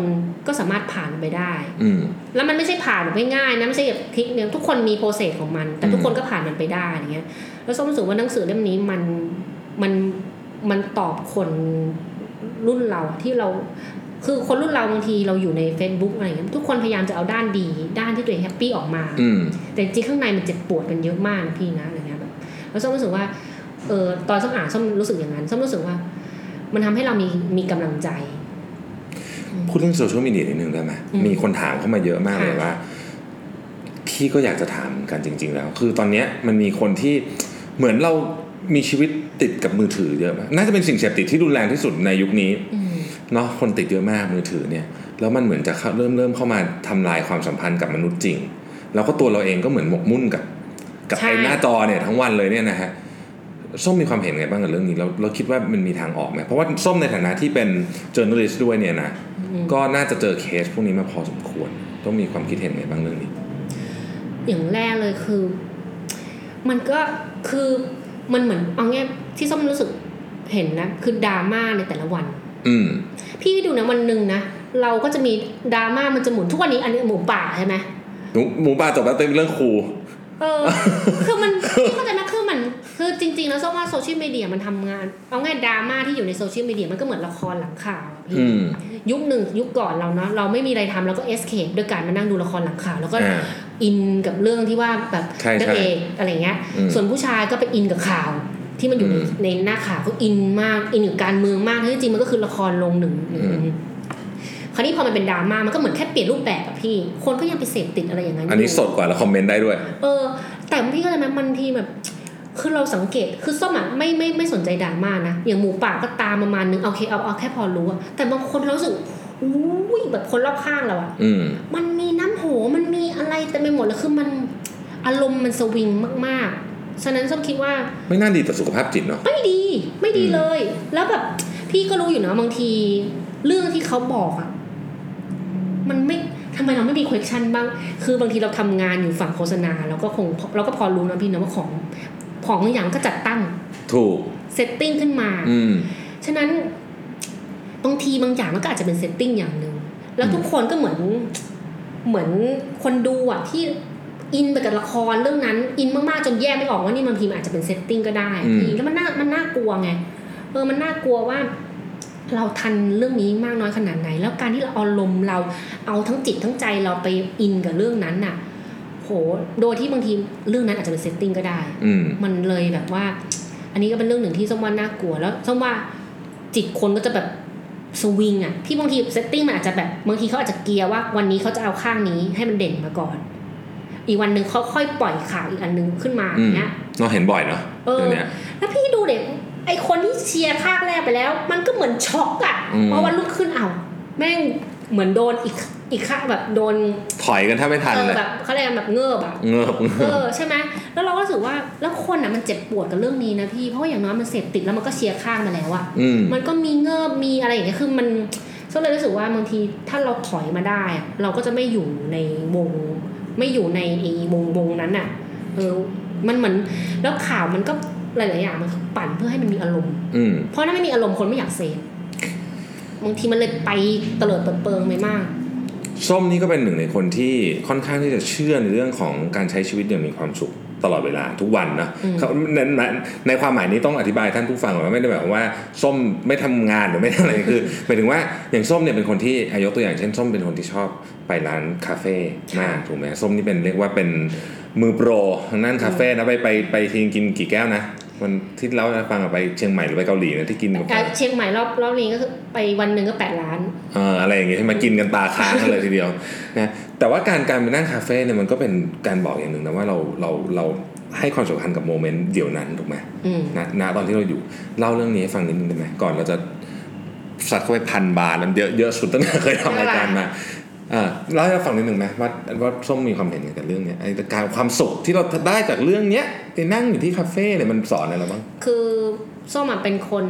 ก็สามารถผ่านไปได้แล้วมันไม่ใช่ผ่านแบบง่ายๆนะไม่ใช่แบบคลิกเนี่ยทุกคนมีโปรเซสของมันแต่ทุกคนก็ผ่านมันไปได้อย่างเงี้ยแล้วส้มรู้สึกว่าหนังสือเล่มนี้มันตอบคนรุ่นเราที่เราคือคนรุ่นเราบางทีเราอยู่ใน Facebook อะไรอย่างเงี้ยทุกคนพยายามจะเอาด้านดีด้านที่ตัวเองแฮปปี้ออกมาแต่จริงข้างในมันเจ็บปวดกันเยอะมากนะพี่นะอะไรเงี้ยแบบแล้วส้มรู้สึกว่าตอนส้มอ่านส้มรู้สึกอย่างนั้นส้มรู้สึกว่ามันทำให้เรามีกำลังใจพูดเรื่องโซเชียลมีเดียนิดนึงได้ไหมมีคนถามเข้ามาเยอะมากเลยว่าพี่ก็อยากจะถามกันจริงๆแล้วคือตอนนี้มันมีคนที่เหมือนเรามีชีวิตติดกับมือถือเยอะมากน่าจะเป็นสิ่งเสพติดที่รุนแรงที่สุดในยุคนี้เนาะคนติดเยอะมากมือถือเนี่ยแล้วมันเหมือนจะเริ่มเข้ามาทำลายความสัมพันธ์กับมนุษย์จริงแล้วก็ตัวเราเองก็เหมือนหมกมุ่นกับไอ้หน้าจอเนี่ยทั้งวันเลยเนี่ยนะฮะส้มมีความเห็นไงบ้างกับเรื่องนี้เราคิดว่ามันมีทางออกไหมเพราะว่าส้มในฐานะที่เป็น journalist ด้วยเนี่ยนะก็น่าจะเจอเคสพวกนี้มาพอสมควรต้องมีความคิดเห็นไงบ้างเรื่องนี้อย่างแรกเลยคือมันก็คือมันเหมือนเอาง่ายที่ส้มรู้สึกเห็นนะคือดราม่าในแต่ละวันพี่ดูนะวันนึงนะเราก็จะมีดราม่ามันจะหมุนทุกวันนี้อันนี้หมูป่าใช่ไหมหมูป่าจบแล้วเป็นเรื่องครูคือมันพี่เข้าใจนะคือจริงๆแล้วส้มว่าโซเชียลมีเดียมันทำงานเอาง่ายดราม่าที่อยู่ในโซเชียลมีเดียมันก็เหมือนละครหลังข่าวยุคก่อนเราเนาะเราไม่มีอะไรทำเราก็เอสเคปด้วยการมานั่งดูละครหลังข่าวแล้วก็อินกับเรื่องที่ว่าแบบนางเอกอะไรเงี้ยส่วนผู้ชายก็ไปอินกับข่าวที่มันอยู่ในหน้าข่าวก็อินมากอินกับการเมืองมากจริงๆมันก็คือละครลงหนึ่งคราวนี้พอมันเป็นดราม่ามันก็เหมือนแค่เปลี่ยนรูปแบบอะพี่คนก็ยังไปเสพติดอะไรอย่างนั้นอันนี้สดกว่าแล้วคอมเมนต์ได้ด้วยแต่พี่ก็เลยมันทีแบบคือเราสังเกตคือส้มอะไม่สนใจดราม่านะอย่างหมูป่าก็ตามประมาณนึงโอเคเอาแค่พอรู้อะแต่บางคนเรารู้สึกอุ้ยแบบคนรอบข้างเราอะมันมีน้ำโหมันมีอะไรเต็มไปหมดแล้วคือมันอารมณ์มันสวิงมากๆฉะนั้นส้มคิดว่าไม่น่าดีต่อสุขภาพจิตเนาะไม่ดีเลยแล้วแบบพี่ก็รู้อยู่นะบางทีเรื่องที่เขาบอกอะมันไม่ทำไมเราไม่มี question บ้างคือบางทีเราทำงานอยู่ฝั่งโฆษณาเราก็พอรู้นะพี่นะว่าของอย่างก็จัดตั้งถูกเซตติ้งขึ้นมาฉะนั้นบางทีบางอย่างมันก็อาจจะเป็นเซตติ้งอย่างนึงแล้วทุกคนก็เหมือนคนดูอ่ะที่อินไปกับละครเรื่องนั้นอินมากๆจนแยกไม่ออกว่านี่บางทีมันอาจจะเป็นเซตติ้งก็ได้พี่แล้วมันน่ากลัวไงมันน่ากลัวว่าเราทันเรื่องนี้มากน้อยขนาดไหนแล้วการที่เราเอาลมเราเอาทั้งจิตทั้งใจเราไปอินกับเรื่องนั้นน่ะโหโดยที่บางทีเรื่องนั้นอาจจะเป็นเซตติ้งก็ได้มันเลยแบบว่าอันนี้ก็เป็นเรื่องหนึ่งที่ส้มว่าน่ากลัวแล้วส้มว่าจิตคนก็จะแบบสวิงอ่ะที่บางทีเซตติ้งมันอาจจะแบบบางทีเขาอาจจะเกียร์ว่าวันนี้เขาจะเอาข้างนี้ให้มันเด่นมาก่อนอีกวันนึงเขาค่อยปล่อยข่าวอีกอันนึงขึ้นมาอย่างเงี้ยเราเห็นบ่อยเนาะแล้วพี่ดูเด็กไอคนที่เชียร์ข้างแรกไปแล้วมันก็เหมือนช็อกอ่ะเพราะวันรุ่งขึ้นเอาแม่งเหมือนโดนอีกข้างแบบโดนถอยกันถ้าไม่ทันเลยแบบเขาเรียกแบบเงือบอ่ะใช่ไหมแล้วเราก็รู้สึกว่าแล้วคนอ่ะมันเจ็บปวดกับเรื่องนี้นะพี่เพราะว่าอย่างน้อยมันเสพติดแล้วมันก็เชียร์ข้างมาแล้วอ่ะมันก็มีเงือบมีอะไรอย่างเงี้ยคือมันก็เลยรู้สึกว่าบางทีถ้าเราถอยมาได้เราก็จะไม่อยู่ในวงไม่อยู่ในไอ้วงนั้นอ่ะมันเหมือนแล้วข่าวมันก็หลายๆอย่างมันปั่นเพื่อให้มันมีอารมณ์เพราะถ้าไม่มีอารมณ์คนไม่อยากเสพบางทีมันเลยไปเตลิดเปิดเปิงไปมากส้มนี่ก็เป็นหนึ่งในคนที่ค่อนข้างที่จะเชื่อในเรื่องของการใช้ชีวิตอย่างมีความสุขตลอดเวลาทุกวันนะในความหมายนี้ต้องอธิบายท่านผู้ฟังว่าไม่ได้แบบว่าส้มไม่ทำงานหรือไม่อะไรคือหมายถึงว่าอย่างส้มเนี่ยเป็นคนที่ยกตัวอย่างเช่นส้มเป็นคนที่ชอบไปร้านคาเฟ่มากถูกไหมส้มนี่เป็นเรียกว่าเป็นมือโปรทางด้านคาเฟ่นะไปทีกินกี่แก้วนะวันที่เล่าให้ฟังไปเชียงใหม่หรือไปเกาหลีนะที่กินกับเชียงใหม่รอบนี้ก็คือไปวันนึงก็8 ล้านอะไรอย่างเงี้ยที่มากินกันตาค้างกันเลยทีเดียวนะแต่ว่าการไปนั่งคาเฟ่เนี่ยมันก็เป็นการบอกอย่างนึงนะว่าเราให้ความสำคัญกับโมเมนต์เดี๋ยวนั้นถูกไหมณตอนที่เราอยู่เล่าเรื่องนี้ให้ฟังนิดนึงได้ไหมก่อนเราจะสัตว์เข้าไป1,000 บาทนั้นเยอะสุดตั้งแต่เคยทำรายการมาเล่าให้ฟังนิดนึงไหมว่าส้มมีความเห็นกับเรื่องนี้ไอ้การความสุขที่เราได้จากเรื่องเนี้ยไปนั่งอยู่ที่คาเฟ่เนี่ยมันสอนอะไรเราบ้างคือส้มเป็นคน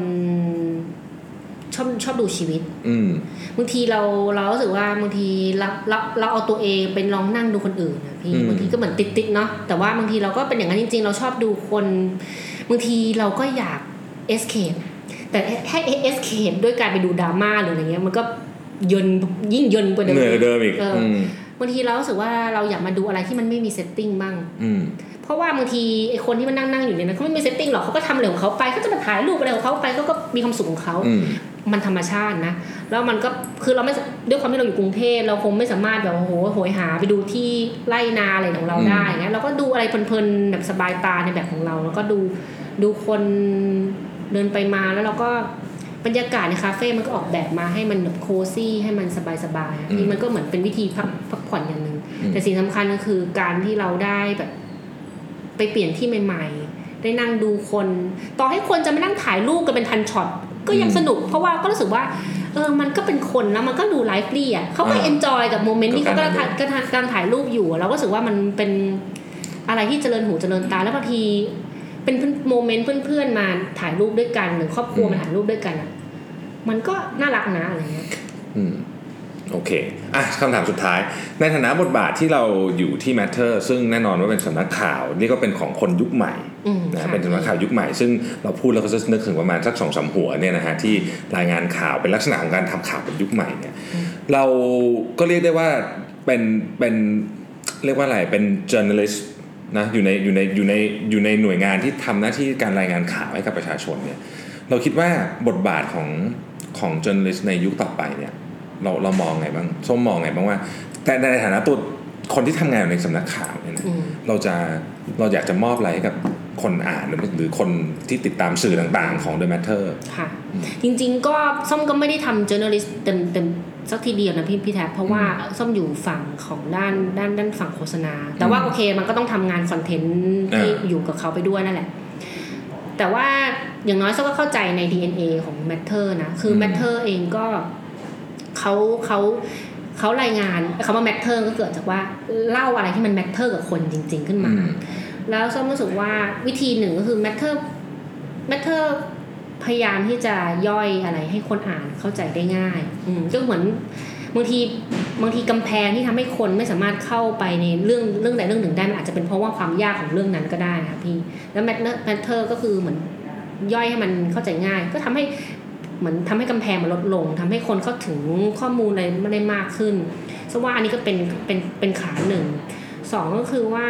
ชอบดูชีวิตบางทีเรารู้สึกว่าบางทีเราเอาตัวเองเป็นลองนั่งดูคนอื่นนะพี่บางทีก็เหมือนติดเนาะแต่ว่าบางทีเราก็เป็นอย่างนั้นจริงๆเราชอบดูคนบางทีเราก็อยาก escape แต่ให้ escape ด้วยการไปดูดราม่าหรืออะไรเงี้ยมันก็เยินยิ่งเยินกว่าเดิมเหนื่อยกว่าเดิมอีกบางทีเรารู้สึกว่าเราอยากมาดูอะไรที่มันไม่มีเซตติ้งบ้างเพราะว่าบางทีไอ้คนที่มันนั่งอยู่เนี่ยนะเขาไม่มีเซตติ้งหรอกเขาก็ทำอะไรของเขาไปเขาจะมาถ่ายรูปอะไรของเขาไปเขาก็มีความสุขของเขามันธรรมชาตินะแล้วมันก็คือเราไม่ด้วยความที่เราอยู่กรุงเทพเราคงไม่สามารถแบบโอ้โหโหยหาไปดูที่ไร่นาอะไรของเราได้เงี้ยเราก็ดูอะไรเพลินๆแบบสบายตาในแบบของเราแล้วก็ดูคนเดินไปมาแล้วเราก็บรรยากาศในคาเฟ่มันก็ออกแบบมาให้มันแบบโคซี่ให้มันสบายๆนี่มันก็เหมือนเป็นวิธีพักผ่อนอย่างนึงแต่สิ่งสำคัญก็คือการที่เราได้แบบไปเปลี่ยนที่ใหม่ๆได้นั่งดูคนต่อให้คนจะไม่นั่งถ่ายรูปกันเป็นทันช็อตก็ยังสนุกเพราะว่าก็รู้สึกว่ามันก็เป็นคนแล้วมันก็ดูไลฟ์ลี่อ่ะเขาก็เอนจอยกับโมเมนต์ที่เขากำลังถ่ายรูปอยู่เราก็รู้สึกว่ามันเป็นอะไรที่เจริญหูเจริญตาแล้วบางทีเป็นโมเมนต์เพื่อนๆมาถ่ายรูปด้วยกันหรือครอบครัวมาถ่ายรูปด้วยกันอ่ะมันก็น่ารักนะอะไรเงี้ยโอเคคำถามสุดท้ายในฐานะบทบาทที่เราอยู่ที่ Matter ซึ่งแน่นอนว่าเป็นสำนักข่าวนี่ก็เป็นของคนยุคใหม่นะเป็นสำนักข่าวยุคใหม่ซึ่งเราพูดแล้วก็จะนึกถึงประมาณสัก 2-3 หัวเนี่ยนะฮะที่รายงานข่าวเป็นลักษณะของการทำข่าวแบบยุคใหม่เนี่ยเราก็เรียกได้ว่าเป็นเรียกว่าอะไรเป็น journalist นะอยู่ในหน่วยงานที่ทำหน้าที่การรายงานข่าวให้กับประชาชนเนี่ยเราคิดว่าบทบาทของ journalist ในยุคต่อไปเนี่ยเรามองไงบ้างส้มมองไงบ้างว่าแต่ในฐานะตัวคนที่ทำงานในสำนักข่าวเนี่ยนะเราอยากจะมอบอะไรให้กับคนอ่านหรือคนที่ติดตามสื่อต่างๆของ The Matter ค่ะจริงๆก็ส้มก็ไม่ได้ทำ journalist เต็มสักทีเดียวนะพี่แท็บเพราะว่าส้มอยู่ฝั่งของด้านฝั่งโฆษณาแต่ว่าโอเคมันก็ต้องทำงานคอนเทนต์ที่อยู่กับเขาไปด้วยนั่นแหละแต่ว่าอย่างน้อยส้มก็เข้าใจใน DNA ของ Matter นะคือ Matter เองก็เขารายงานคำว่า matter ก็เกิดจากว่าเล่าอะไรที่มัน matter กับคนจริงๆขึ้นมาแล้วส้มรู้สึกว่าวิธีหนึ่งก็คือ matter พยายามที่จะย่อยอะไรให้คนอ่านเข้าใจได้ง่ายก็เหมือนบางทีกำแพงที่ทำให้คนไม่สามารถเข้าไปในเรื่องใดเรื่องหนึ่งได้มันอาจจะเป็นเพราะว่าความยากของเรื่องนั้นก็ได้ค่ะพี่แล้ว matter ก็คือเหมือนย่อยให้มันเข้าใจง่ายก็ทำให้เหมือนทำให้กำแพงมันลดลงทำให้คนเข้าถึงข้อมูลอะไรไม่ได้มากขึ้นเพราะว่าอันนี้ก็เป็นขาหนึ่งสองก็คือว่า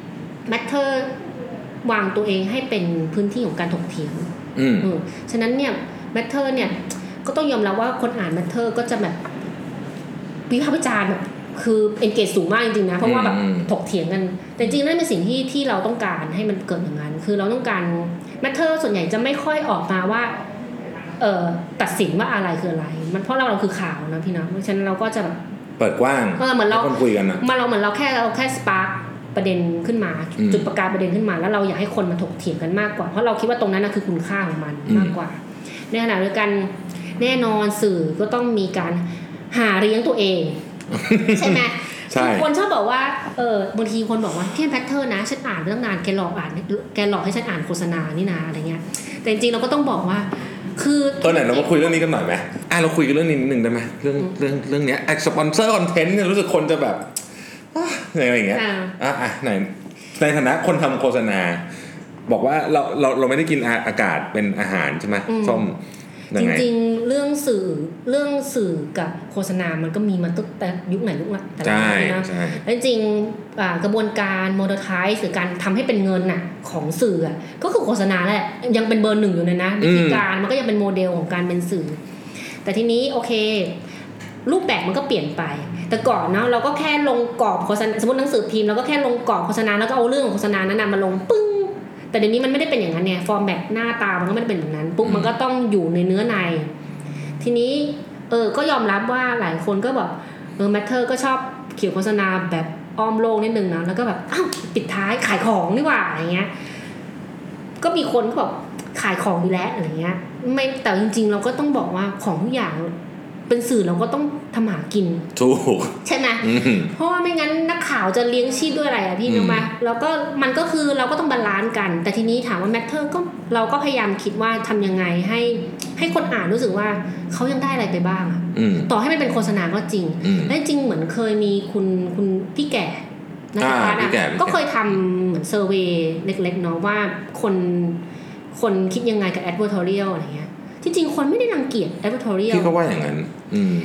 Matter วางตัวเองให้เป็นพื้นที่ของการถกเถียงฉะนั้นเนี่ย Matter เนี่ยก็ต้องยอมรับว่าคนอ่าน Matter ก็จะแบบวิพากษ์วิจารณ์แบบคือ engage สูงมากจริงๆนะเพราะว่าแบบถกเถียงกันแต่จริงๆนั่นเป็นสิ่งที่เราต้องการให้มันเกิดอย่างนั้นคือเราต้องการ Matter ส่วนใหญ่จะไม่ค่อยออกมาว่าตัดสินว่าอะไรคืออะไรมันเพราะเราคือข่าวนะพี่นะเพราะฉะนั้นเราก็จะแบบเปิดกว้างเหมือนเราคุยกันนะเหมือนเราแค่สปาร์คประเด็นขึ้นมาจุดประกายประเด็นขึ้นมาแล้วเราอยากให้คนมาถกเถียงกันมากกว่าเพราะเราคิดว่าตรงนั้นนะคือคุณค่าของมันมากกว่าในขณะเดียวกันแน่นอนสื่อก็ต้องมีการหาเลี้ยงตัวเองใช่ไหมคนชอบบอกว่าบางทีคนบอกว่าพี่แพทเทิร์นนะฉันอ่านตั้งนานแกหลอกให้ฉันอ่านโฆษณานี่นะอะไรเงี้ยแต่จริงๆเราก็ต้องบอกว่าคือไหนเรามาคุยเรื่องนี้กันหน่อยไหมเราคุยกันเรื่องนี้นิดนึงได้ไหมเรื่องเนี้ยสปอนเซอร์คอนเทนต์เนี่ยรู้สึกคนจะแบบอะไรอย่างเงี้ยในฐานะคนทำโฆษณาบอกว่าเราไม่ได้กินอากาศเป็นอาหารใช่ไหมส้มจริงๆเรื่องสื่อกับโฆษณามันก็มีมาตั้งแต่ยุคไหนยุคนั้นแต่ละนะแล้วจริงกระบวนการโมโนไทซ์หรือการทำให้เป็นเงินน่ะของสื่อก็คือโฆษณาแหละยังเป็นเบอร์หนึ่งอยู่เลยนะวิธีการมันก็ยังเป็นโมเดลของการเป็นสื่อแต่ทีนี้โอเครูปแบบมันก็เปลี่ยนไปแต่ก่อนเนาะเราก็แค่ลงกรอบโฆษณาสมมติหนังสือพิมพ์เราก็แค่ลงกรอบโฆษณาแล้วก็เอาเรื่องของโฆษณานั้นมาลงปึ้งแต่เดี๋ยวนี้มันไม่ได้เป็นอย่างนั้นเนี่ยฟอร์แมตหน้าตามันก็ไม่ได้เป็นแบบนั้นปุ๊บมันก็ต้องอยู่ในเนื้อในทีนี้ก็ยอมรับว่าหลายคนก็บอกMatter ก็ชอบเขียนโฆษณาแบบอ้อมโลกนิดนึงนะแล้วก็แบบอ้าวปิดท้ายขายของนี่หว่าอะไรเงี้ยก็มีคนก็บอกขายของอยู่แล้วอะไรเงี้ยไม่แต่จริงๆเราก็ต้องบอกว่าของทุกอย่างเป็นสื่อเราก็ต้องทำหากินถูกใช่ไหมเพราะว่าไม่งั้นนักข่าวจะเลี้ยงชีพด้วยอะไรอ่ะพี่รู้ไหมแล้วก็มันก็คือเราก็ต้องบาลานซ์กันแต่ทีนี้ถามว่า Matter ก็เราก็พยายามคิดว่าทำยังไงให้คนอ่านรู้สึกว่าเขายังได้อะไรไปบ้างอ่ะต่อให้มันเป็นโฆษณาก็จริงและจริงเหมือนเคยมีคุณพี่แก่นะคะก็เคยทำเหมือนเซอร์เวย์เล็กๆเนาะว่าคนคิดยังไงกับ advertorial อะไรเงี้ยที่จริงคนไม่ได้รังเกียจ advertorial พี่ก็ว่าอย่างนั้นแ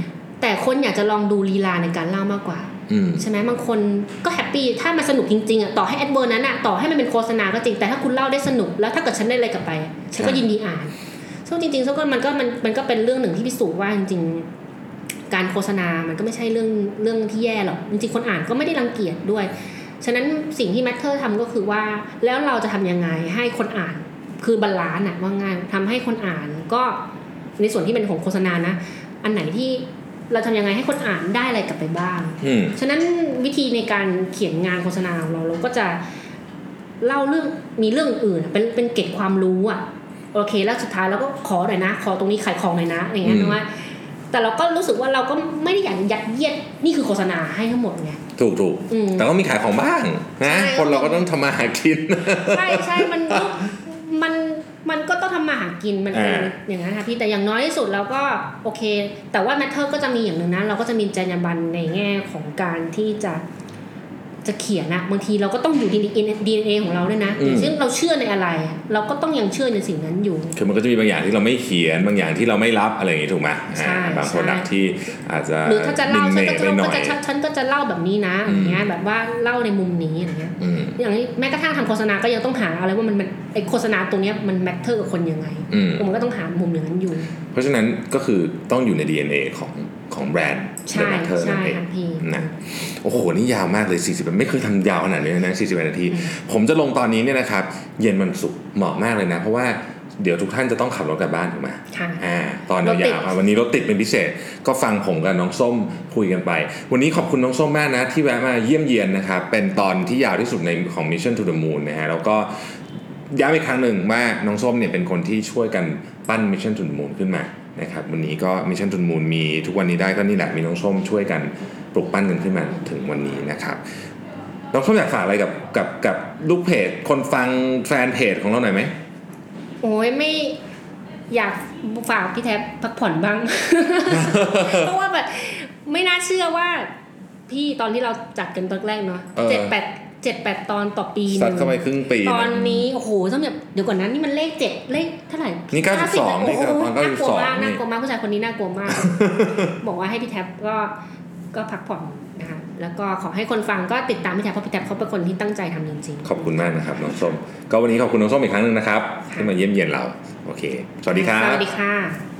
แต่คนอยากจะลองดูลีลาในการเล่ามากกว่าใช่ไหมบางคนก็แฮปปี้ถ้ามันสนุกจริงๆอ่ะต่อให้แอดเวอร์นั้นอ่ะต่อให้มันเป็นโฆษณาก็จริงแต่ถ้าคุณเล่าได้สนุกแล้วถ้าเกิดฉันได้อะไรกลับไปฉันก็ยินดีอ่านซึ่งจริงๆมันก็เป็นเรื่องหนึ่งที่พิสูจน์ว่าจริงๆการโฆษณามันก็ไม่ใช่เรื่องที่แย่หรอกจริงๆคนอ่านก็ไม่ได้รังเกียจด้วยฉะนั้นสิ่งที่แมทเทอร์ทำก็คือว่าแล้วเราจะทำยังไงให้คนอ่านคือบาลานซ์ว่าง่ายทำให้คนอ่านก็ในส่วนที่เป็นของโฆษณานะอันไหนที่เราทำยังไงให้คนอ่านได้อะไรกลับไปบ้างฉะนั้นวิธีในการเขียนงานโฆษณาของเราก็จะเล่าเรื่องมีเรื่องอื่นเป็นเก็บความรู้อ่ะโอเคแล้วสุดท้ายเราก็ขอหน่อยนะขอตรงนี้ขายของหน่อยนะอย่างเงี้ยนะว่าแต่เราก็รู้สึกว่าเราก็ไม่ได้อยากยัดเยียดนี่คือโฆษณาให้ทั้งหมดไงถูกแต่ก็มีขายของบ้างนะคนเราก็ต้องทำมาหากินใช่มันก็ต้องทำมาหากินมันอย่างนั้นค่ะพี่แต่อย่างน้อยที่สุดเราก็โอเคแต่ว่าแมทเทอร์ก็จะมีอย่างนึงนะเราก็จะมีจรรยาบรรณในแง่ของการที่จะเขียนนะบางทีเราก็ต้องอยู่ DNA ของเราด้วยนะอย่างเช่นเราเชื่อในอะไรเราก็ต้องยังเชื่อในสิ่งนั้นอยู่คือมันก็จะมีบางอย่างที่เราไม่เขียนบางอย่างที่เราไม่รับอะไรอย่างงี้ถูกไหมบางโปรดักต์ที่อาจจะหรือถ้าจะเล่าฉันก็จะเล่าแบบนี้นะอย่างเงี้ยแบบว่าเล่าในมุมนี้อย่างเงี้ยอย่างนี้แม้กระทั่งทำโฆษณาก็ยังต้องหาอะไรว่ามันไอโฆษณาตรงเนี้ยมันแมทเทอร์กับคนยังไงมันก็ต้องหามุมอย่างนั้นอยู่เพราะฉะนั้นก็คือต้องอยู่ใน DNA ของแบรนด์แมทเทอร์นั่นเองนะโอ้โหนี่ยาวมากเลย40ไม่เคยทำยาวขนาดนี้นะ40นาทีผมจะลงตอนนี้เนี่ยนะครับเย็นวันศุกร์เหมาะมากเลยนะเพราะว่าเดี๋ยวทุกท่านจะต้องขับรถกลับบ้านถูกไหมตอนยาวๆวันนี้รถติดเป็นพิเศษก็ฟังผมกับน้องส้มคุยกันไปวันนี้ขอบคุณน้องส้มมากนะที่แวะมาเยี่ยมเยียนนะครับเป็นตอนที่ยาวที่สุดในของ Mission to the Moon นะฮะแล้วก็ย้ำอีกครั้งหนึ่งว่าน้องส้มเนี่ยเป็นคนที่ช่วยกันปั้น Mission to the Moon ขึ้นมานะครับวันนี้ก็ Mission to the Moon มีทุกวันนี้ได้ก็นี่แหละมีน้องส้มช่วยกันปลุกปั้นกันขึ้นมาถึงวันนี้นะครับน้องส้มอยากฝากอะไรกับลูกเพจคนฟังแฟนเพจของเราหน่อยไหมโอ้ยไม่อยากฝากพี่แท็บพักผ่อนบ้าง เพราะว่าแบบไม่น่าเชื่อว่าพี่ตอนที่เราจัดกันตอนแรกเนาะ7-8 ตอนต่อปีสัตว์เข้าไปครึ่งปีตอนนี้โอ้โหสำหรับเดี๋ยวก่อนนั้นนี่มันเลข7เลขเท่าไหร่นี่92นี่ตอน92 น่ากลัวมากผู้ชายคนนี้น่ากลัวมาก บอกว่าให้พี่แท็บก็พักผ่อนนะคะแล้วก็ขอให้คนฟังก็ติดตามพี่แท็บเพราะพี่แท็บเขาเป็นคนที่ตั้งใจทำจริงๆขอบคุณมากนะครับน้องส้มก็วันนี้ขอบคุณน้องส้มอีกครั้งนึงนะครับที่มาเยี่ยมเยียนเราโอเคสวัสดีครับสวัสดีค่ะ